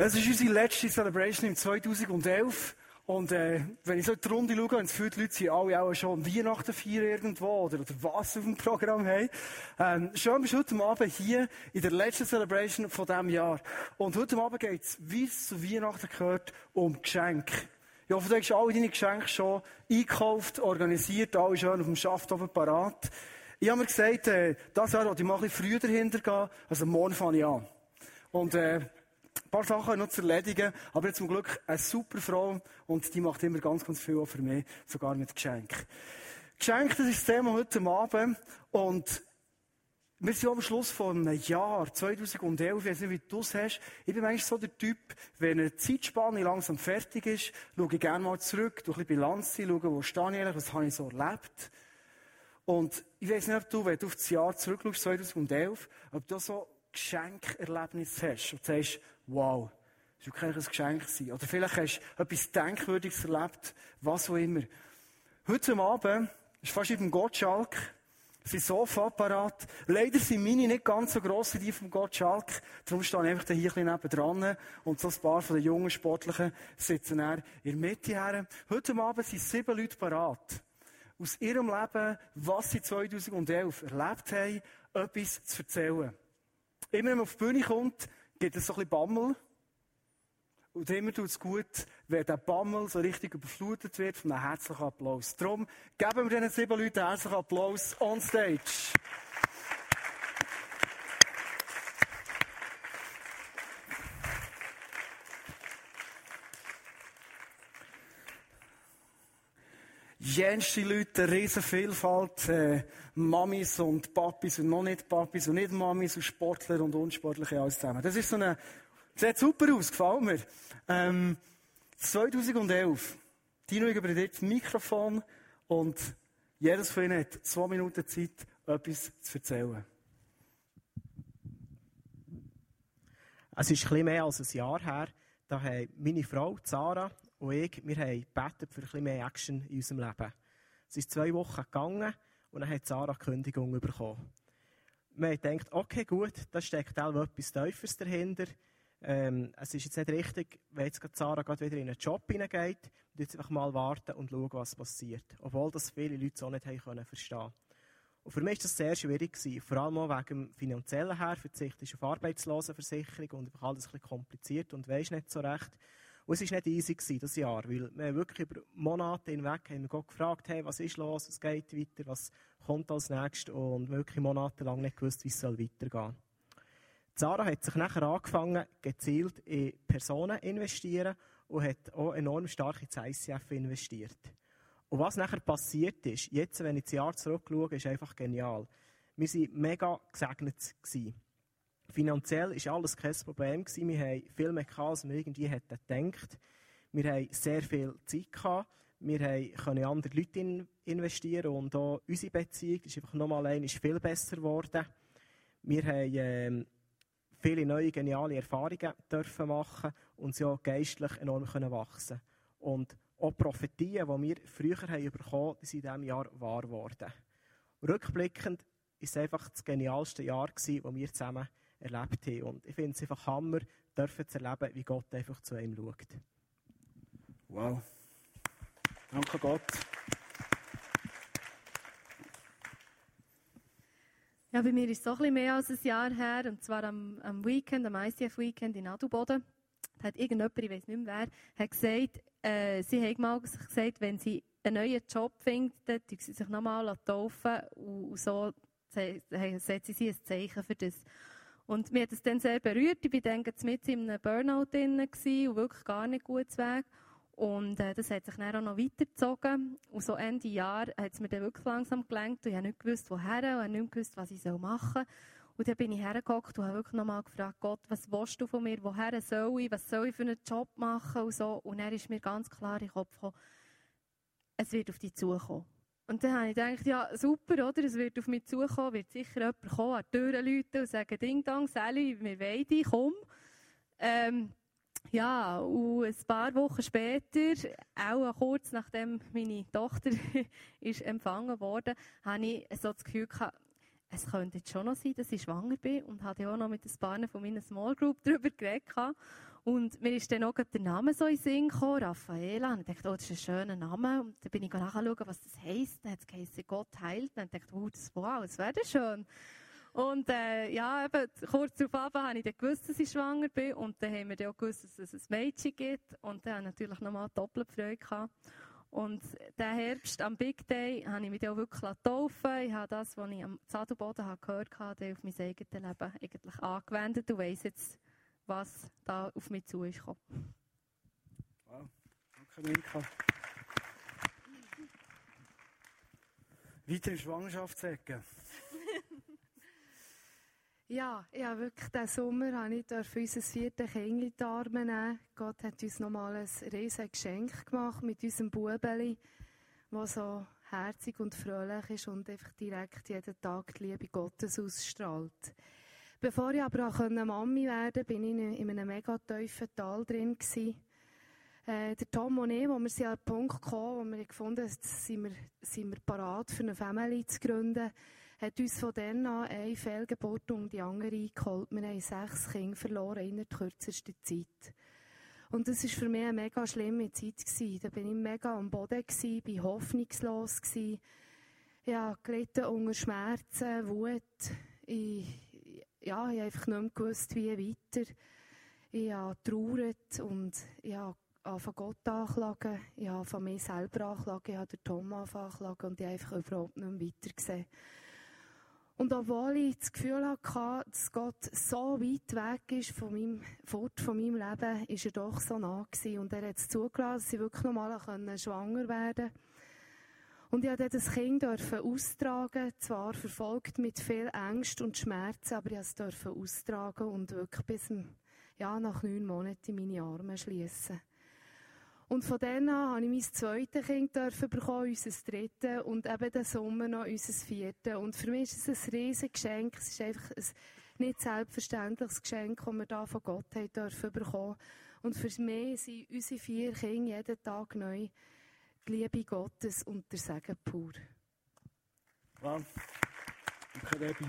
Es ist unsere letzte Celebration im 2011. Und wenn ich so in die Runde schaue, und es viele Leute sind alle auch schon Weihnachten feiern irgendwo oder was auf dem Programm haben. Schön bist du heute Abend hier in der letzten Celebration von diesem Jahr. Und heute Abend geht es, wie es zu Weihnachten gehört, um Geschenke. Ich hoffe, du hast alle deine Geschenke schon eingekauft, organisiert, alle schön auf dem Schaft oben parat. Ich habe mir gesagt, dieses Jahr wollte ich mal ein bisschen früher dahinter gehen, also morgen fange ich an. Und ein paar Sachen noch zu erledigen, aber jetzt zum Glück eine super Frau und die macht immer ganz, ganz viel auch für mich, sogar mit Geschenken. Geschenke, das ist das Thema heute Abend und wir sind am Schluss von einem Jahr, 2011, ich weiß nicht, wie du es hast. Ich bin eigentlich so der Typ, wenn eine Zeitspanne langsam fertig ist, schaue ich gerne mal zurück, schaue ein bisschen Bilanz ziehen, schaue, wo stehe ich eigentlich, was habe ich so erlebt. Und ich weiss nicht, ob du, wenn du auf das Jahr zurückschaust, 2011, ob du so Geschenkerlebnis hast und sagst, wow, das war wirklich ein Geschenk gewesen. Oder vielleicht hast du etwas Denkwürdiges erlebt, was auch immer. Heute Abend ist fast wie beim Gottschalk, sind Sofa parat. Leider sind meine nicht ganz so gross wie die vom Gottschalk. Darum stehe ich einfach hier ein bisschen nebendran. Und so ein paar von den jungen Sportlichen sitzen in der Mitte her. Heute Abend sind 7 Leute parat. Aus ihrem Leben, was sie 2011 erlebt haben, etwas zu erzählen. Immer wenn man auf die Bühne kommt, gibt es so ein bisschen Bammel. Und immer tut es gut, wenn der Bammel so richtig überflutet wird von einem herzlichen Applaus. Darum geben wir diesen 7 Leuten einen herzlichen Applaus on stage. Jenste Leute, eine riesen Vielfalt, Mamis und Papis und noch nicht Papis und nicht Mamis und Sportler und Unsportliche, alles zusammen. Das ist so eine, sieht super aus, gefällt mir. 2011, Tino, ich übergebe dir das Mikrofon und jedes von ihnen hat 2 Minuten Zeit, etwas zu erzählen. Es ist ein bisschen mehr als ein Jahr her, da haben meine Frau, Sarah, und ich, wir haben gebetet für ein bisschen mehr Action in unserem Leben. Es ist 2 Wochen gegangen und dann hat Sarah die Kündigung bekommen. Wir haben gedacht, okay, gut, da steckt auch etwas Tieferes dahinter. Es ist jetzt nicht richtig, wenn jetzt Sarah gerade wieder in einen Job hineingeht, und jetzt einfach mal warten und schauen, was passiert. Obwohl das viele Leute so nicht haben verstehen können. Und für mich war das sehr schwierig gewesen, vor allem auch wegen dem finanziellen her. Verzicht auf Arbeitslosenversicherung und einfach alles ein bisschen kompliziert und weisst nicht so recht. Und es war nicht easy gewesen, das Jahr, weil wir wirklich über Monate hinweg haben wir Gott gefragt, hey, was ist los, was geht weiter, was kommt als nächstes und wirklich monatelang nicht gewusst, wie es weitergehen soll. Sarah hat sich nachher angefangen, gezielt in Personen zu investieren und hat auch enorm stark ins ICF investiert. Und was nachher passiert ist, jetzt, wenn ich das Jahr zurückschaue, ist einfach genial. Wir waren mega gesegnet gewesen. Finanziell war alles kein Problem. Wir haben viel mehr gehabt, als wir irgendwie hätten gedacht. Wir haben sehr viel Zeit gehabt. Wir können in andere Leute investieren und auch unsere Beziehung ist einfach nochmal viel besser geworden. Wir haben viele neue, geniale Erfahrungen dürfen machen und sie auch geistlich enorm wachsen. Und auch Prophetien, die wir früher haben bekommen, die sind in diesem Jahr wahr geworden. Rückblickend war es einfach das genialste Jahr gewesen, das wir zusammen erlebt haben. Und ich finde es einfach Hammer, dürfen zu erleben, wie Gott einfach zu ihm schaut. Wow. Danke Gott. Ja, bei mir ist es auch ein bisschen mehr als ein Jahr her, und zwar am Weekend, am ICF-Weekend in Adelboden. Da hat irgendjemand, ich weiss nicht mehr wer, hat gesagt, sie haben mal gesagt, wenn sie einen neuen Job finden, dann sie sich nochmal taufen und so setzen sie ein Zeichen für das. Und mir hat es dann sehr berührt. Ich war dann mit in einem Burnout drin und wirklich gar nicht gut weg. Und das hat sich dann auch noch weitergezogen. Und so Ende Jahr hat es mir dann wirklich langsam gelenkt. Und ich habe nicht gewusst, woher, und ich habe nicht gewusst, was ich machen soll. Und dann bin ich hergehockt und habe wirklich nochmal gefragt, Gott, was willst du von mir? Woher soll ich? Was soll ich für einen Job machen? Und so. Und dann ist mir ganz klar in den Kopf gekommen, es wird auf dich zukommen. Und dann habe ich gedacht, ja, super, oder? Es wird auf mich zukommen, wird sicher jemand kommen, an die Tür läuten und sagen, Ding Dong, Sally, wir wollen dich, komm. Ja, und ein paar Wochen später, auch kurz nachdem meine Tochter ist empfangen wurde, habe ich so das Gefühl gehabt, es könnte jetzt schon noch sein, dass ich schwanger bin, und hatte auch noch mit ein paar von meiner Small Group darüber geredet. Und mir ist dann auch der Name so in den Sinn gekommen, Raffaela. Und ich dachte, oh, das ist ein schöner Name. Und dann bin ich nachschauen, was das heisst. Dann hat es geheißen, Gott heilt. Und dann dachte ich, wow, das wäre schön. Und ja, eben, kurz darauf habe ich dann gewusst, dass ich schwanger bin. Und dann haben wir dann auch gewusst, dass es ein Mädchen gibt. Und dann habe ich natürlich nochmal doppelt Freude gehabt. Und diesen Herbst, am Big Day, habe ich mich dann auch wirklich taufen. Ich habe das, was ich am Zadelboden gehört habe, auf mein eigenes Leben eigentlich angewendet und weiss jetzt, was da auf mich zu ist gekommen. Wow, danke Milka. Weiter in Schwangerschaftsecke. Ja, wirklich diesen Sommer durfte ich unser 4. Kind in die Arme nehmen. Gott hat uns nochmal ein riesiges Geschenk gemacht mit unserem Bubeli, das so herzig und fröhlich ist und einfach direkt jeden Tag die Liebe Gottes ausstrahlt. Bevor ich aber auch Mami werden konnte, war ich in einem mega tiefen Tal drin. Der Tom und ich, wo wir sind an den Punkt gekommen, wo wir gefunden haben, jetzt sind wir parat für eine Familie zu gründen, hat uns von dann an eine Fehlgeburt um die andere eingeholt. Wir haben 6 Kinder verloren in der kürzesten Zeit. Und das war für mich eine mega schlimme Zeit. Da war ich mega am Boden, war hoffnungslos. Ich habe gelitten unter Schmerzen, Wut. Ich habe einfach nicht mehr gewusst, wie weiter. Ich habe getrauert und ich habe von Gott angeklagen. Ich habe von mir selber angeklagen. Ich habe den Tom angeklagen und ich habe einfach überhaupt nicht mehr weitergesehen. Und obwohl ich das Gefühl hatte, dass Gott so weit weg ist von meinem Leben, war er doch so nah gewesen. Und er hat es zugelassen, dass ich wirklich nochmal schwanger werden konnte. Und ich durfte das Kind austragen, zwar verfolgt mit viel Angst und Schmerzen, aber ich durfte es austragen und wirklich bis nach 9 Monaten in meine Arme schliessen. Und von dann an habe ich mein 2. Kind bekommen, unser 3. und eben den Sommer noch unser 4. Und für mich ist es ein riesiges Geschenk. Es ist einfach ein nicht selbstverständliches Geschenk, das wir da von Gott haben bekommen. Und für mich sind unsere 4 Kinder jeden Tag neu die Liebe Gottes und der Segen pur. Wow. Danke, Debbie.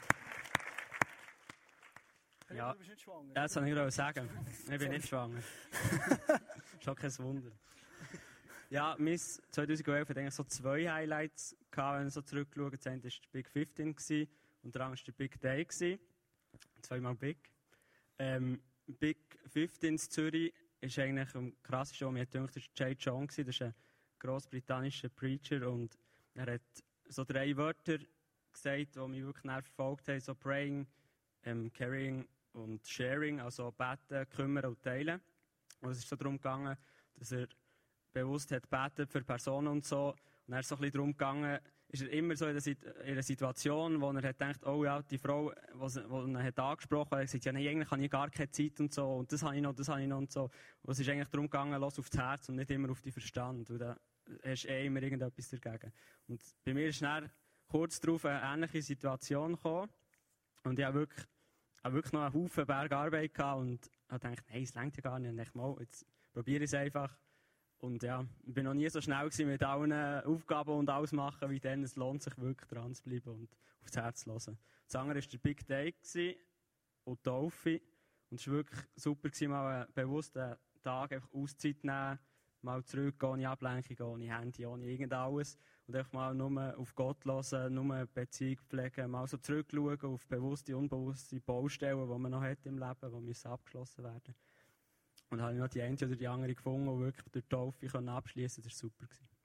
Ja, du bist nicht schwanger. das wollte ich gerade sagen. Ich bin nicht schwanger. Schon kein Wunder. Ja, Miss 2011 hat eigentlich so 2 Highlights gehabt, wenn ich so zurückschaue. Das eine war der Big 15 und der andere war der Big Day. 2-mal Big. Big 15 in Zürich ist eigentlich am krassesten, was mir gedacht, das war Jay John. Das ist ein grossbritannischer Preacher und er hat so 3 Wörter gesagt, die mich wirklich verfolgt haben. So Praying, Caring und Sharing, also beten, kümmern und teilen. Und es ist so darum gegangen, dass er bewusst hat betet für Personen und so. Und er ist so ein bisschen darum gegangen, ist er immer so in einer Situation, wo er hat gedacht, oh ja, die Frau, die er hat angesprochen hat, gesagt, ja, nein, eigentlich habe ich gar keine Zeit und so, und das habe ich noch und so. Und es ist eigentlich darum gegangen, los aufs Herz und nicht immer auf den Verstand. Und da hast du immer irgendetwas dagegen. Und bei mir ist dann kurz darauf eine ähnliche Situation gekommen. Und ich habe wirklich noch einen Haufen Bergarbeit gehabt und habe gedacht, nein, es reicht ja gar nicht. Und ich dachte, mal, jetzt probiere ich es einfach. Und ja, ich war noch nie so schnell gewesen mit allen Aufgaben und alles machen wie dann. Es lohnt sich wirklich, dran zu bleiben und aufs Herz zu hören. Das andere war der Big Day und die Taufe. Und es war wirklich super, mal einen bewussten Tag einfach Auszeit nehmen, mal zurück, ohne Ablenkung, ohne Handy, ohne irgendetwas. Und einfach mal nur auf Gott hören, nur eine Beziehung pflegen, mal so zurückschauen auf bewusste, unbewusste Baustellen, die man noch hat im Leben, die abgeschlossen werden müssen. Und dann habe ich noch die eine oder die andere gefunden, die wirklich durch die Taufe abschließen konnte. Das war super.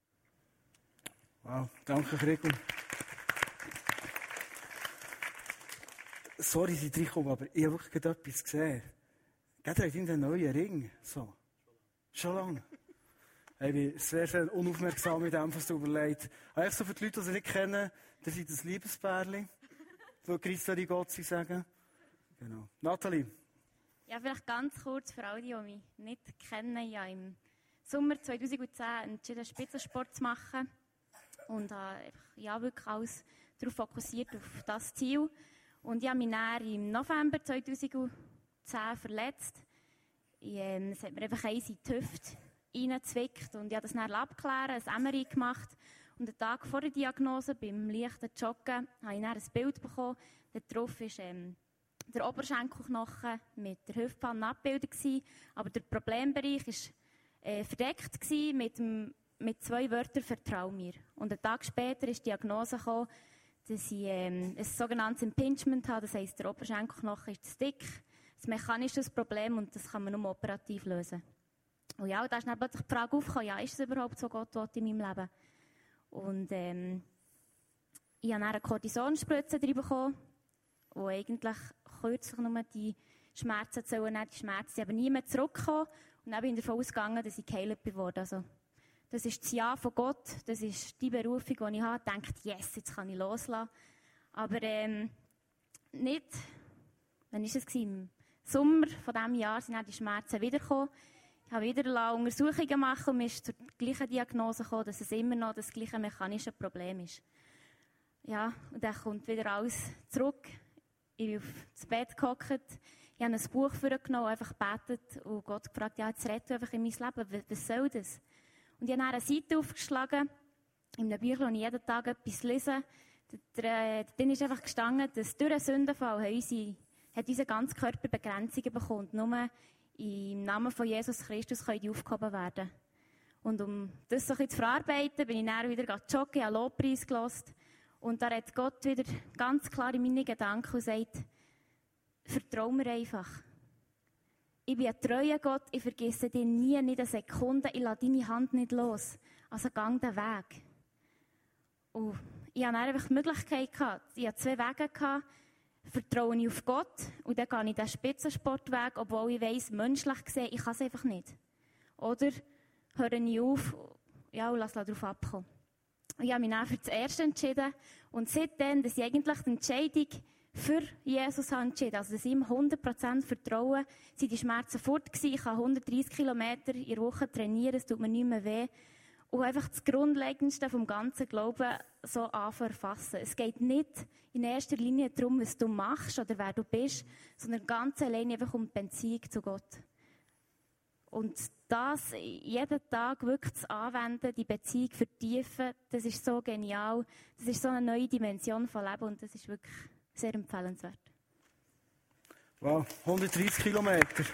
Wow, danke, Gregor. Sorry, dass ich reinkomme, aber ich habe wirklich etwas gesehen. Geht ihr in den neuen Ring? So. Schon lange. Ich bin sehr, sehr unaufmerksam mit dem, was du überlegt. Eigentlich so für die Leute, die sie nicht kennen, das ist das Liebespärchen. So Christa die Gott sagen. Genau. Nathalie. Ja, vielleicht ganz kurz für alle, die mich nicht kennen. Ich habe im Sommer 2010 entschieden, Spitzensport zu machen. Und wirklich alles darauf fokussiert, auf das Ziel. Und ich habe mich dann im November 2010 verletzt. Es hat mir einfach eins in die Hüfte reingezwickt. Und ich habe das dann abklären, ein MRI gemacht. Und einen Tag vor der Diagnose, beim leichten Joggen, habe ich dann ein Bild bekommen. Darauf war der Oberschenkelknochen mit der Hüftpanne abgebildet gewesen, aber der Problembereich war verdeckt gewesen mit 2 Wörtern «Vertrau mir». Und einen Tag später ist die Diagnose gekommen, dass ich ein sogenanntes Impingement habe, das heisst, der Oberschenkelknochen ist zu dick, ein mechanisches Problem und das kann man nur operativ lösen. Und ja, da ist dann plötzlich die Frage aufgekommen, ja, ist es überhaupt so Gott will in meinem Leben? Und ich habe dann eine Kortisonspritze drin bekommen, wo eigentlich kürzlich nur die Schmerzen nehmen. Die Schmerzen sind aber nie mehr zurückgekommen. Und dann bin ich davon ausgegangen, dass ich geheilt geworden bin. Also, das ist das Ja von Gott, das ist die Berufung, die ich habe. Ich dachte, yes, jetzt kann ich loslassen. Aber nicht, wann war es? Im Sommer von diesem Jahr sind dann die Schmerzen wiedergekommen. Ich habe wieder Untersuchungen gemacht und mir ist zur gleichen Diagnose gekommen, dass es immer noch das gleiche mechanische Problem ist. Ja, und dann kommt wieder alles zurück. Ich bin aufs Bett gehockt, ich habe ein Buch vorgenommen, einfach gebetet und Gott gefragt, ja, jetzt rette einfach in mein Leben, was soll das? Und ich habe dann eine Seite aufgeschlagen, in einem Büchlein, wo ich jeden Tag etwas lese. Drin ist einfach gestanden, dass durch einen Sündenfall hat unser ganzer Körper Begrenzungen bekommen. Nur im Namen von Jesus Christus können die aufgehoben werden. Und um das so ein bisschen zu verarbeiten, bin ich dann wieder joggen, habe Lobpreis gehört. Und da hat Gott wieder ganz klar in meine Gedanken und sagt, vertrau mir einfach. Ich bin ein treuer Gott, ich vergesse dich nie, nicht eine Sekunde, ich lasse deine Hand nicht los. Also gang den Weg. Und ich hatte einfach die Möglichkeit gehabt, ich hatte 2 Wege gehabt, vertraue ich auf Gott und dann gehe ich den Spitzensportweg, obwohl ich weiss, menschlich gesehen, ich kann es einfach nicht. Oder höre ich auf, ja, und lasse darauf abkommen. Ich habe mich dann für das Erste entschieden und seitdem, dass ich eigentlich die Entscheidung für Jesus habe entschieden, also dass ich ihm 100% vertraue, sind die Schmerzen fort gewesen. Ich kann 130 Kilometer in der Woche trainieren, es tut mir nicht mehr weh. Und einfach das Grundlegendste vom ganzen Glauben so erfassen. Es geht nicht in erster Linie darum, was du machst oder wer du bist, sondern ganz allein einfach um die Beziehung zu Gott. Und das jeden Tag wirklich zu anwenden, die Beziehung vertiefen, das ist so genial. Das ist so eine neue Dimension von Leben und das ist wirklich sehr empfehlenswert. Wow, 130 Kilometer.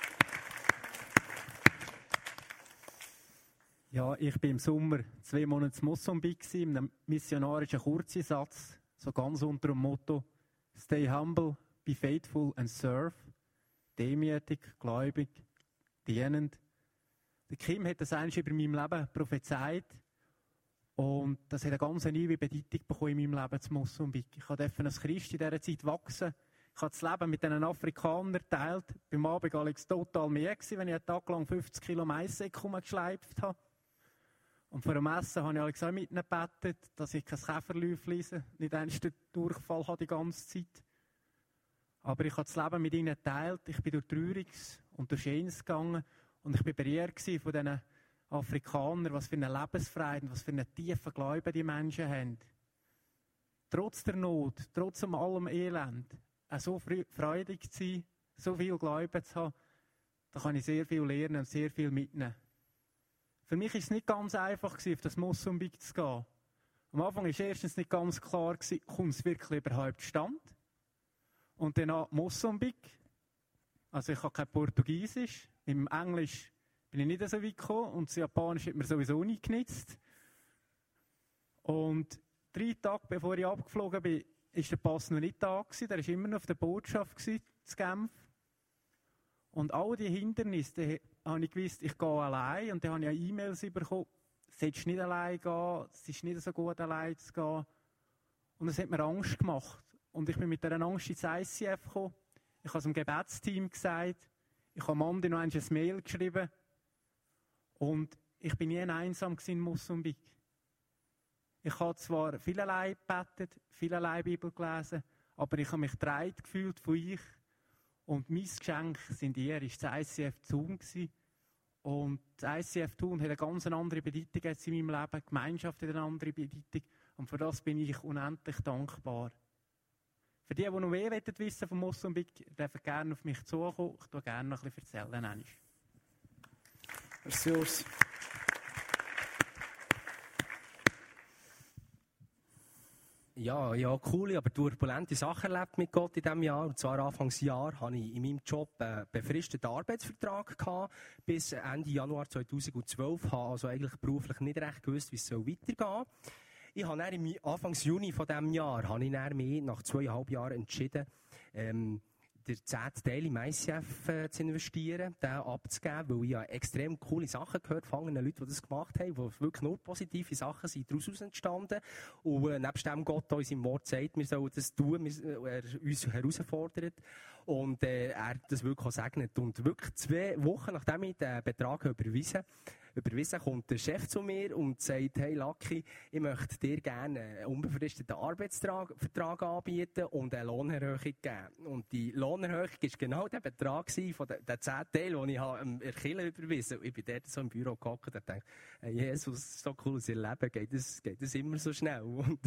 Ja, ich war im Sommer 2 Monate in Mosambik, in einem missionarischen Kurzeinsatz, so ganz unter dem Motto Stay humble, be faithful and serve. Demütig, gläubig, dienend. Der Kim hat das eigentlich über mein Leben prophezeit. Und das hat eine ganz neue Bedeutung bekommen in meinem Leben in Mosambik. Ich durfte als Christ in dieser Zeit wachsen. Ich habe das Leben mit diesen Afrikanern geteilt. Beim Abend war es total mehr, wenn ich einen Tag lang 50 Kilo Maissäcke geschleift habe. Und vor dem Essen habe ich Alex auch mit ihnen gebetet, dass ich kein Käferläufchen lese, nicht einst den Durchfall habe die ganze Zeit. Aber ich habe das Leben mit ihnen geteilt. Ich bin durch Trauriges und durch Schönes gegangen. Und ich war berührt von diesen Afrikanern, was für eine Lebensfreiheit, was für einen tiefen Glauben die Menschen haben. Trotz der Not, trotz allem Elend, auch so freudig zu sein, so viel Glauben zu haben, da kann ich sehr viel lernen und sehr viel mitnehmen. Für mich war es nicht ganz einfach, auf das Mosambik zu gehen. Am Anfang war erstens nicht ganz klar, kommt es wirklich überhaupt zustande? Und dann nach Mosambik, also ich habe kein Portugiesisch, im Englisch bin ich nicht so weit gekommen und das Japanisch hat mir sowieso nicht genützt. Und 3 Tage bevor ich abgeflogen bin, war der Pass noch nicht da gewesen, der war immer noch auf der Botschaft zu Genf. Und all die Hindernisse, da habe ich gewusst, ich gehe allein. Und dann habe ich auch E-Mails bekommen, du sollst nicht allein gehen, es ist nicht so gut, allein zu gehen. Und es hat mir Angst gemacht. Und ich bin mit dieser Angst ins ICF gekommen. Ich habe es dem Gebetsteam gesagt. Ich habe Mandy noch ein Mail geschrieben. Und ich bin nie einsam in Mosambik. Ich habe zwar viel allein gebetet, viel allein Bibel gelesen, aber ich habe mich getragen gefühlt von euch. Und mein Geschenk sind ihr, ist das ICF Thun gewesen. Und das ICF Thun hat eine ganz andere Bedeutung jetzt in meinem Leben. Die Gemeinschaft hat eine andere Bedeutung. Und für das bin ich unendlich dankbar. Für die noch mehr wissen von Mosambik, dürfen gerne auf mich zukommen. Ich tue gerne noch ein bisschen erzählen. Merci, Urs. Ja, coole, aber turbulente Sachen erlebt mit Gott in diesem Jahr. Und zwar Anfangsjahr hatte ich in meinem Job einen befristeten Arbeitsvertrag gehabt, bis Ende Januar 2012. Ich habe also eigentlich beruflich nicht recht gewusst, wie es weitergehen soll. Ich habe dann Anfangs Juni von diesem Jahr, habe ich dann mich nach 2,5 Jahren entschieden, der 10. Teil im ICF zu investieren, den abzugeben, weil ich ja extrem coole Sachen gehört von anderen Leuten, die das gemacht haben, wo wirklich nur positive Sachen sind daraus entstanden. Und nebst dem Gott uns im Wort sagt, wir sollen das tun, er uns herausfordert und er das wirklich auch segnet. Und wirklich 2 Wochen, nachdem ich den Betrag überwiesen, kommt der Chef zu mir und sagt, hey Lucky, ich möchte dir gerne einen unbefristeten Arbeitsvertrag anbieten und eine Lohnerhöhung geben. Und die Lohnerhöhung war genau der Betrag von den 10 Teilen, den ich in der Kirche überwiesen habe. Ich bin dort so im Büro gehockt und dachte, hey Jesus, so cool, dass ihr Leben geht das immer so schnell. Und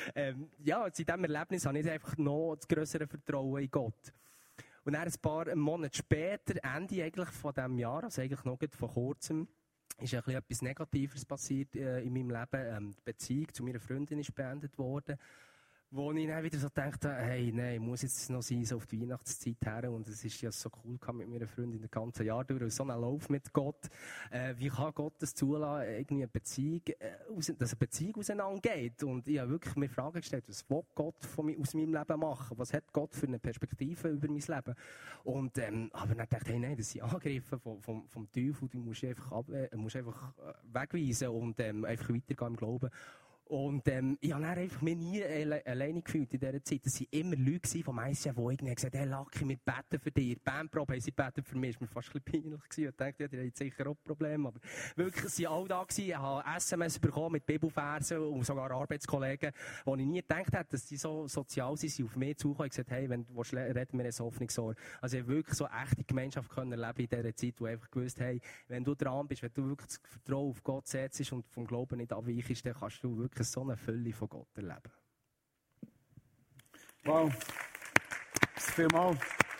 ja, seit diesem Erlebnis habe ich einfach noch das grössere Vertrauen in Gott. Und dann ein paar Monate später, Ende eigentlich von diesem Jahr, also eigentlich noch vor kurzem, ist etwas Negatives passiert in meinem Leben. Die Beziehung zu meiner Freundin ist beendet worden. Wo ich dann wieder so dachte, hey, nein, muss jetzt noch sein, so auf die Weihnachtszeit her. Und es ist ja so cool mit meiner Freundin das ganze Jahr durch. So ein Lauf mit Gott. Wie kann Gott das zulassen, irgendwie dass eine Beziehung auseinandergeht? Und ich habe wirklich mir Fragen gestellt, was will Gott aus meinem Leben machen? Was hat Gott für eine Perspektive über mein Leben? Und, aber dann dachte ich, hey, nein, das sind Angriffe vom Teufel, die musst du einfach wegweisen und einfach weitergehen im Glauben. Und ich habe einfach mich nie alleine gefühlt in dieser Zeit. Es waren immer Leute vom ICF, die irgendwie gesagt haben, hey Lucky, wir beten für dich. Die Bandprobe haben sie gebeten für mich. Das war mir fast ein bisschen peinlich gewesen. Ich dachte, ja, die haben sicher auch Probleme. Aber wirklich, sie waren alle da gewesen. Ich habe SMS bekommen mit Bibelversen und sogar Arbeitskollegen, wo ich nie gedacht hätte, dass sie so sozial sind, sie auf mich zukommen und gesagt, hey, wenn du willst, reden wir ein Hoffnungsohr. Also ich habe wirklich so echte Gemeinschaft können erleben in dieser Zeit, wo ich einfach gewusst, hey, wenn du dran bist, wenn du wirklich das Vertrauen auf Gott setzt und vom Glauben nicht abweichst, dann kannst du wirklich so eine Fülle von Gott erleben. Wow. Vielmals.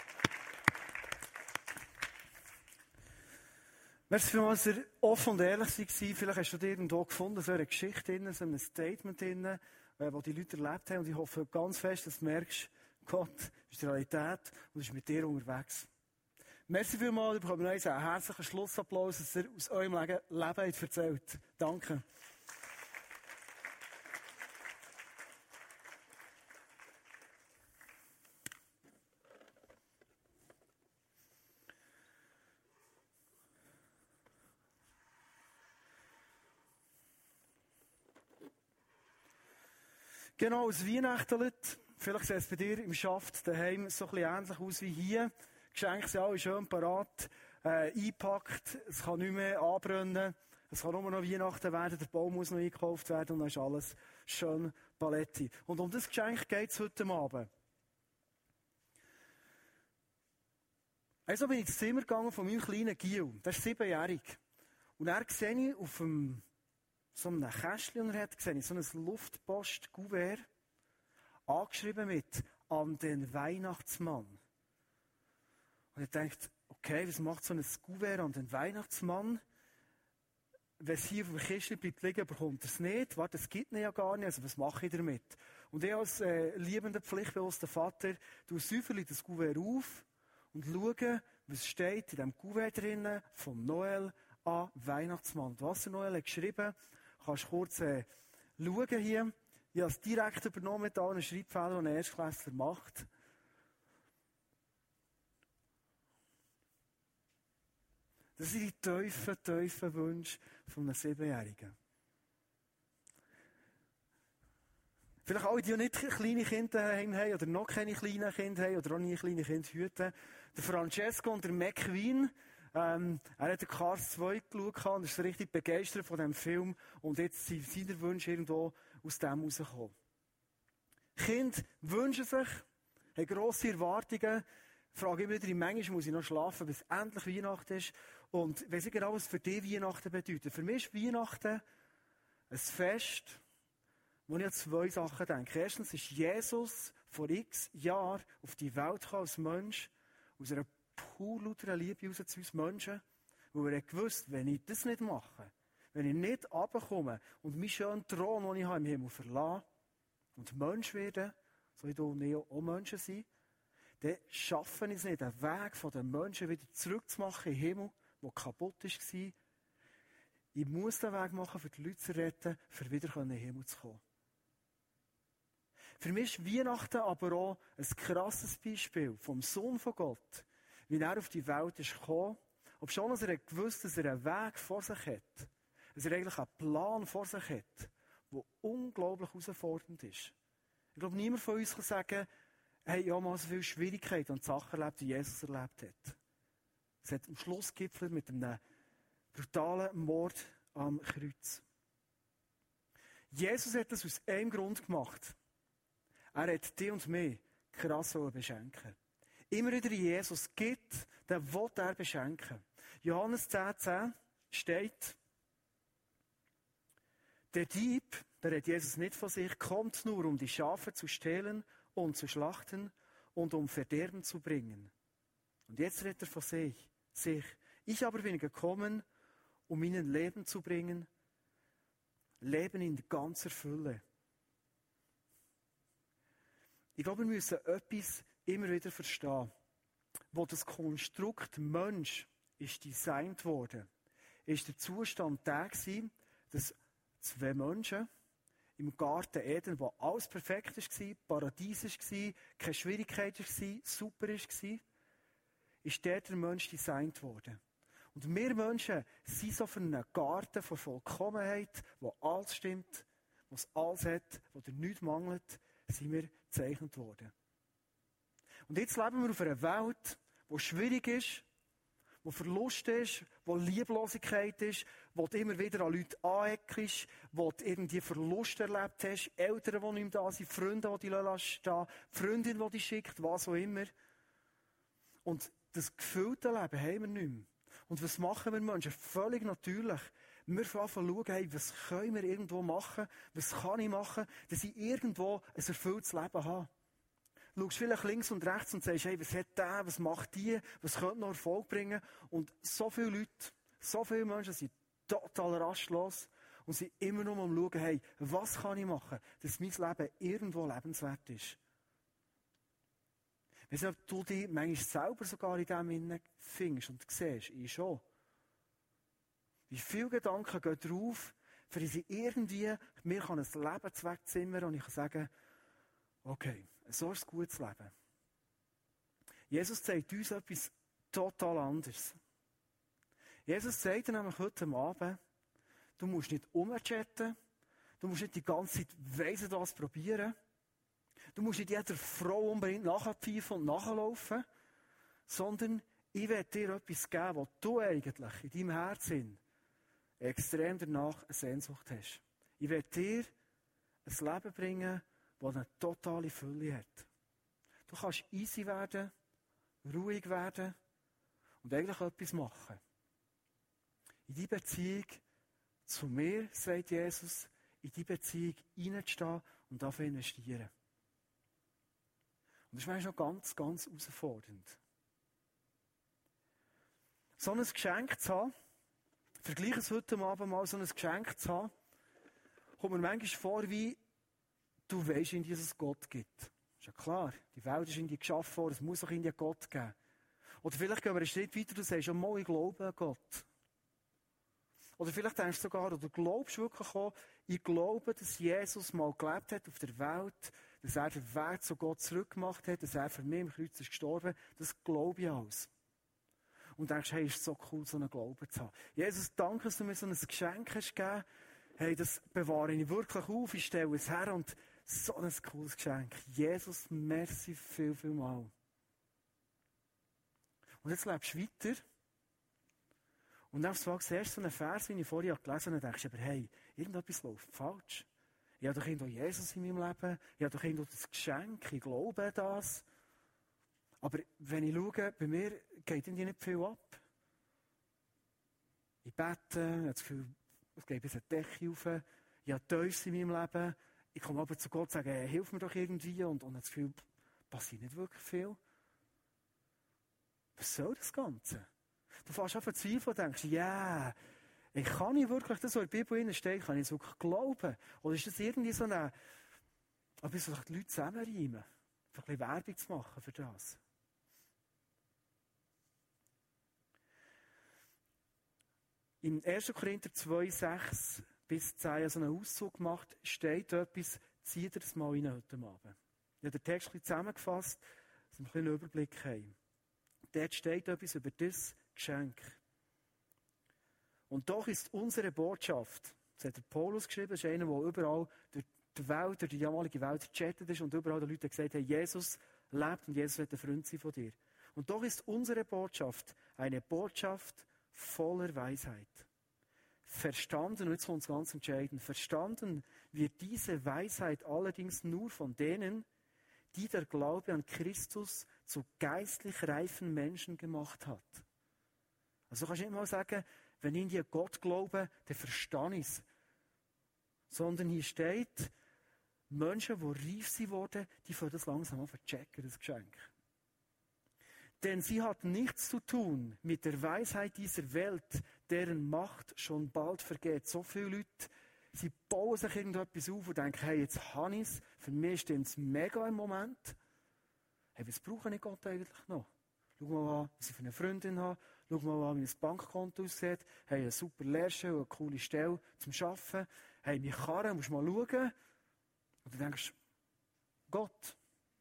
Merci vielmals, dass ihr offen und ehrlich war. Vielleicht hast du dir irgendwo gefunden, so eine Geschichte drin, so ein Statement drin, das die Leute erlebt haben. Und ich hoffe ganz fest, dass du merkst, Gott ist die Realität und ist mit dir unterwegs. Merci vielmals, ich bekomme einen herzlichen Schlussapplaus, dass ihr aus eurem Leben erzählt. Danke. Genau, als Weihnachten. Vielleicht sieht es bei dir im Schaft daheim so ein bisschen ähnlich aus wie hier. Die Geschenke sind alle schön parat, eingepackt. Es kann nicht mehr anbrennen. Es kann nur noch Weihnachten werden. Der Baum muss noch eingekauft werden und dann ist alles schön paletti. Und um das Geschenk geht es heute Abend. Also bin ich ins Zimmer gegangen von meinem kleinen Gil. Der ist 7-jährig. Und er sehe ich auf so einem Kästchen, und er hat gesehen, so ein Luftpost-Kuvert, angeschrieben mit «An den Weihnachtsmann». Und ich dachte, okay, was macht so ein Kuvert an den Weihnachtsmann? Wenn es hier auf dem Kistchen bleibt liegen, bekommt er es nicht. Warte, das gibt ihn ja gar nicht, also was mache ich damit? Und ich als liebender, pflichtbewusster Vater säuferle das Kuvert auf und schaue, was steht in diesem Kuvert drinnen vom Noel an Weihnachtsmann. Was der Noel hat geschrieben, kannst du kurz schauen hier. Ich habe es direkt übernommen mit allen Schreibfehlern, die ein Erstklässler macht. Das sind die tiefen Wünsche von einem 7-Jährigen. Vielleicht alle, die nicht kleine Kinder haben oder noch keine kleinen Kinder haben oder auch nie kleine Kinder hüten. Der Francesco und der McQueen, er hat den Cars 2 geschaut und ist richtig begeistert von diesem Film. Und jetzt sind seine Wünsche irgendwo aus dem rausgekommen. Kinder wünschen sich, haben grosse Erwartungen, fragen immer wieder, manchmal muss ich noch schlafen, bis endlich Weihnachten ist. Und ich weiss nicht genau, was für dich Weihnachten bedeutet. Für mich ist Weihnachten ein Fest, wo ich an 2 Sachen denke. Erstens ist Jesus vor x Jahren auf die Welt gekommen als Mensch, aus einer pur lauter Liebe raus zu uns Menschen, weil er gewusst, wenn ich das nicht mache, wenn ich nicht runterkomme und meinen schönen Thron, den ich habe im Himmel verlasse, und Mensch werden, so wie du und ich auch Menschen sind, dann schaffen wir es nicht, den Weg von den Menschen wieder zurückzumachen in den Himmel, der kaputt war. Ich muss den Weg machen, für die Leute zu retten, für wieder in den Himmel zu kommen. Für mich ist Weihnachten aber auch ein krasses Beispiel vom Sohn von Gott, wie er auf die Welt ist gekommen, obschon er gewusst, dass er einen Weg vor sich hat, dass er eigentlich einen Plan vor sich hat, der unglaublich herausfordernd ist. Ich glaube, niemand von uns kann sagen, hey, ich habe mal so viele Schwierigkeiten und Sachen erlebt, die Jesus erlebt hat. Es hat am Schluss gipfelt mit einem brutalen Mord am Kreuz. Jesus hat das aus einem Grund gemacht. Er hat dich und mich krass beschenken. Immer wieder Jesus gibt, den will er beschenken. Johannes 10,10 steht, der Dieb, der hat Jesus nicht von sich, kommt nur, um die Schafe zu stehlen und zu schlachten und um Verderben zu bringen. Und jetzt redet er von sich. Ich aber bin gekommen, um ihnen Leben zu bringen, Leben in ganzer Fülle. Ich glaube, wir müssen etwas immer wieder verstehen. Wo das Konstrukt Mensch ist designt worden, ist der Zustand der gewesen, dass zwei Menschen im Garten Eden, wo alles perfekt war, paradiesisch war, keine Schwierigkeit war, super war, ist der Mensch designt worden. Und wir Menschen sind so für einen Garten von Vollkommenheit, wo alles stimmt, wo es alles hat, wo dir nichts mangelt, sind wir gezeichnet worden. Und jetzt leben wir auf einer Welt, die schwierig ist, wo Verlust ist, wo Lieblosigkeit ist, wo du immer wieder an Leute aneckst, wo du irgendwie Verlust erlebt hast, Eltern, die nicht mehr da sind, Freunde, die dich stehen, Freundin, die dich schickt, was auch immer. Und das gefüllte Leben haben wir nicht mehr. Und was machen wir Menschen? Völlig natürlich. Wir fangen an zu schauen, hey, was können wir irgendwo machen, was kann ich machen, dass ich irgendwo ein erfülltes Leben habe. Du schaust vielleicht links und rechts und sagst, hey, was hat der, was macht die, was könnte noch Erfolg bringen? Und so viele Leute, so viele Menschen sind total rastlos und sind immer nur am schauen, hey, was kann ich machen, dass mein Leben irgendwo lebenswert ist. Ich weiß nicht, ob du dich manchmal selber sogar in dem Innen findest und siehst, ich schon. Wie viele Gedanken gehen drauf, für sie irgendwie mir ein Leben wegzimmern und ich kann sagen, okay, so ist ein gutes Leben. Jesus zeigt uns etwas total anderes. Jesus sagt nämlich heute Abend, du musst nicht umchatten, du musst nicht die ganze Zeit weiss was probieren, du musst nicht jeder Frau unbedingt nachpfeifen und nachlaufen, sondern ich werde dir etwas geben, was du eigentlich in deinem Herzen extrem danach eine Sehnsucht hast. Ich werde dir ein Leben bringen, das eine totale Fülle hat. Du kannst easy werden, ruhig werden und eigentlich etwas machen. In die Beziehung zu mir, sagt Jesus, in die Beziehung hineinzustehen und dafür investieren. Und das ist manchmal noch ganz, ganz herausfordernd. So ein Geschenk zu haben, vergleiche es heute Abend mal, so ein Geschenk zu haben, kommt mir manchmal vor, wie du weisst, in dieses Gott gibt. Ist ja klar, die Welt ist in dir geschaffen worden, es muss auch in dir Gott geben. Oder vielleicht gehen wir einen Schritt weiter, du sagst, oh mal, ich glaube an Gott. Oder vielleicht denkst du sogar, oder du glaubst wirklich auch, ich glaube, dass Jesus mal gelebt hat auf der Welt, dass er den Weg zu Gott zurückgemacht hat, dass er für mich im Kreuz ist gestorben. Das glaube ich alles. Und denkst, hey, ist es so cool, so einen Glauben zu haben. Jesus, danke, dass du mir so ein Geschenk hast gegeben. Hey, das bewahre ich wirklich auf, ich stelle es her und so ein cooles Geschenk. Jesus, merci viel, viel mal. Und jetzt lebst du weiter. Und dann siehst du so einen Vers, wie ich vorher gelesen habe, und denkst, aber hey, irgendetwas läuft falsch. Ich habe doch irgendwo Jesus in meinem Leben, ich habe doch irgendwo das Geschenk, ich glaube an das. Aber wenn ich schaue, bei mir geht irgendwie nicht viel ab. Ich bete, ich habe das Gefühl, es geht bis an die Decke rauf. Ich habe Tiefs in meinem Leben. Ich komme aber zu Gott und sage, hey, hilf mir doch irgendwie. Und habe das Gefühl, passiert nicht wirklich viel. Was soll das Ganze? Du fährst an verzweifeln und denkst, ja, ich kann nicht wirklich das, was in der Bibel steht, kann ich es wirklich glauben? Oder ist das irgendwie so eine Aber wir sollen die Leute zusammenreimen, ein bisschen Werbung zu machen für das. Im 1. Korinther 2, 6 bis 10 so einen Auszug gemacht, steht etwas, zieht ihr das mal rein heute Abend. Ich habe den Text ein bisschen zusammengefasst, dass wir ein bisschen einen Überblick haben. Dort steht etwas über das Geschenk. Und doch ist unsere Botschaft, das hat der Paulus geschrieben, das ist einer, der überall durch die Welt, durch die damalige Welt gechattet ist und überall den Leuten gesagt hat, Jesus lebt und Jesus wird ein Freund sein von dir. Und doch ist unsere Botschaft eine Botschaft voller Weisheit. Verstanden, und jetzt kommt es ganz entscheidend, verstanden wird diese Weisheit allerdings nur von denen, die der Glaube an Christus zu geistlich reifen Menschen gemacht hat. Also du kannst nicht mal sagen, wenn ich an Gott glaube, dann verstehe ich es. Sondern hier steht, Menschen, die reif sind worden, die können das langsam auf checken, das Geschenk. Denn sie hat nichts zu tun mit der Weisheit dieser Welt, deren Macht schon bald vergeht. So viele Leute, sie bauen sich irgendetwas auf und denken, hey, jetzt habe ich es. Für mich stimmt es mega im Moment. Hey, was brauche ich Gott eigentlich noch? Schau mal an, was ich für eine Freundin habe. Schau mal an, wie mein Bankkonto aussieht. Hey, eine super Lehrstelle, eine coole Stelle zum Arbeiten. Hey, meine Karre, musst du mal schauen. Und du denkst, Gott.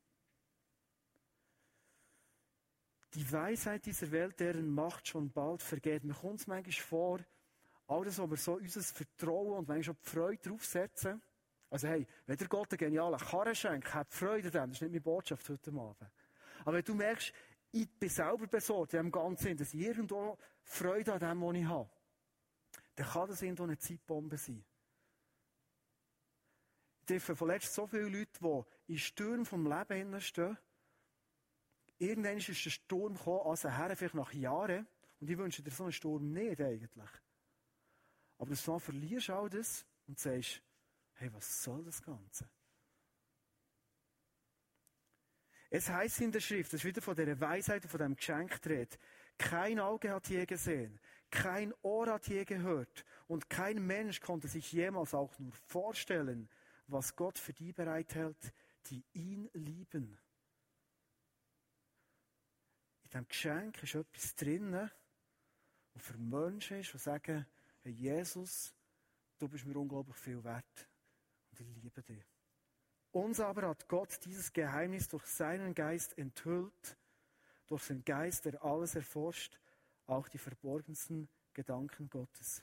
Die Weisheit dieser Welt, deren Macht schon bald vergeht. Mir kommt es manchmal vor, alles, wo wir so unser Vertrauen und manchmal auch die Freude draufsetzen. Also hey, wenn der Gott einen genialen Karren schenkt, habt Freude daran. Das ist nicht meine Botschaft heute Abend. Aber wenn du merkst, ich bin selber besorgt in dem Ganzen, dass ich irgendwo Freude an dem, was ich habe, dann kann das irgendwo eine Zeitbombe sein. Ich treffe von letztem so viele Leute, die in Stürmen vom Leben stehen. Irgendwann ist ein Sturm gekommen, also her, vielleicht nach Jahren. Und ich wünsche dir so einen Sturm nicht eigentlich. Aber du verlierst all das und sagst, hey, was soll das Ganze? Es heisst in der Schrift, das ist wieder von dieser Weisheit und von diesem Geschenk dreht. Kein Auge hat je gesehen, kein Ohr hat je gehört und kein Mensch konnte sich jemals auch nur vorstellen, was Gott für die bereithält, die ihn lieben. In diesem Geschenk ist etwas drin, was für Menschen ist, die sagen, hey Jesus, du bist mir unglaublich viel wert und ich liebe dich. Uns aber hat Gott dieses Geheimnis durch seinen Geist enthüllt, durch den Geist, der alles erforscht, auch die verborgensten Gedanken Gottes.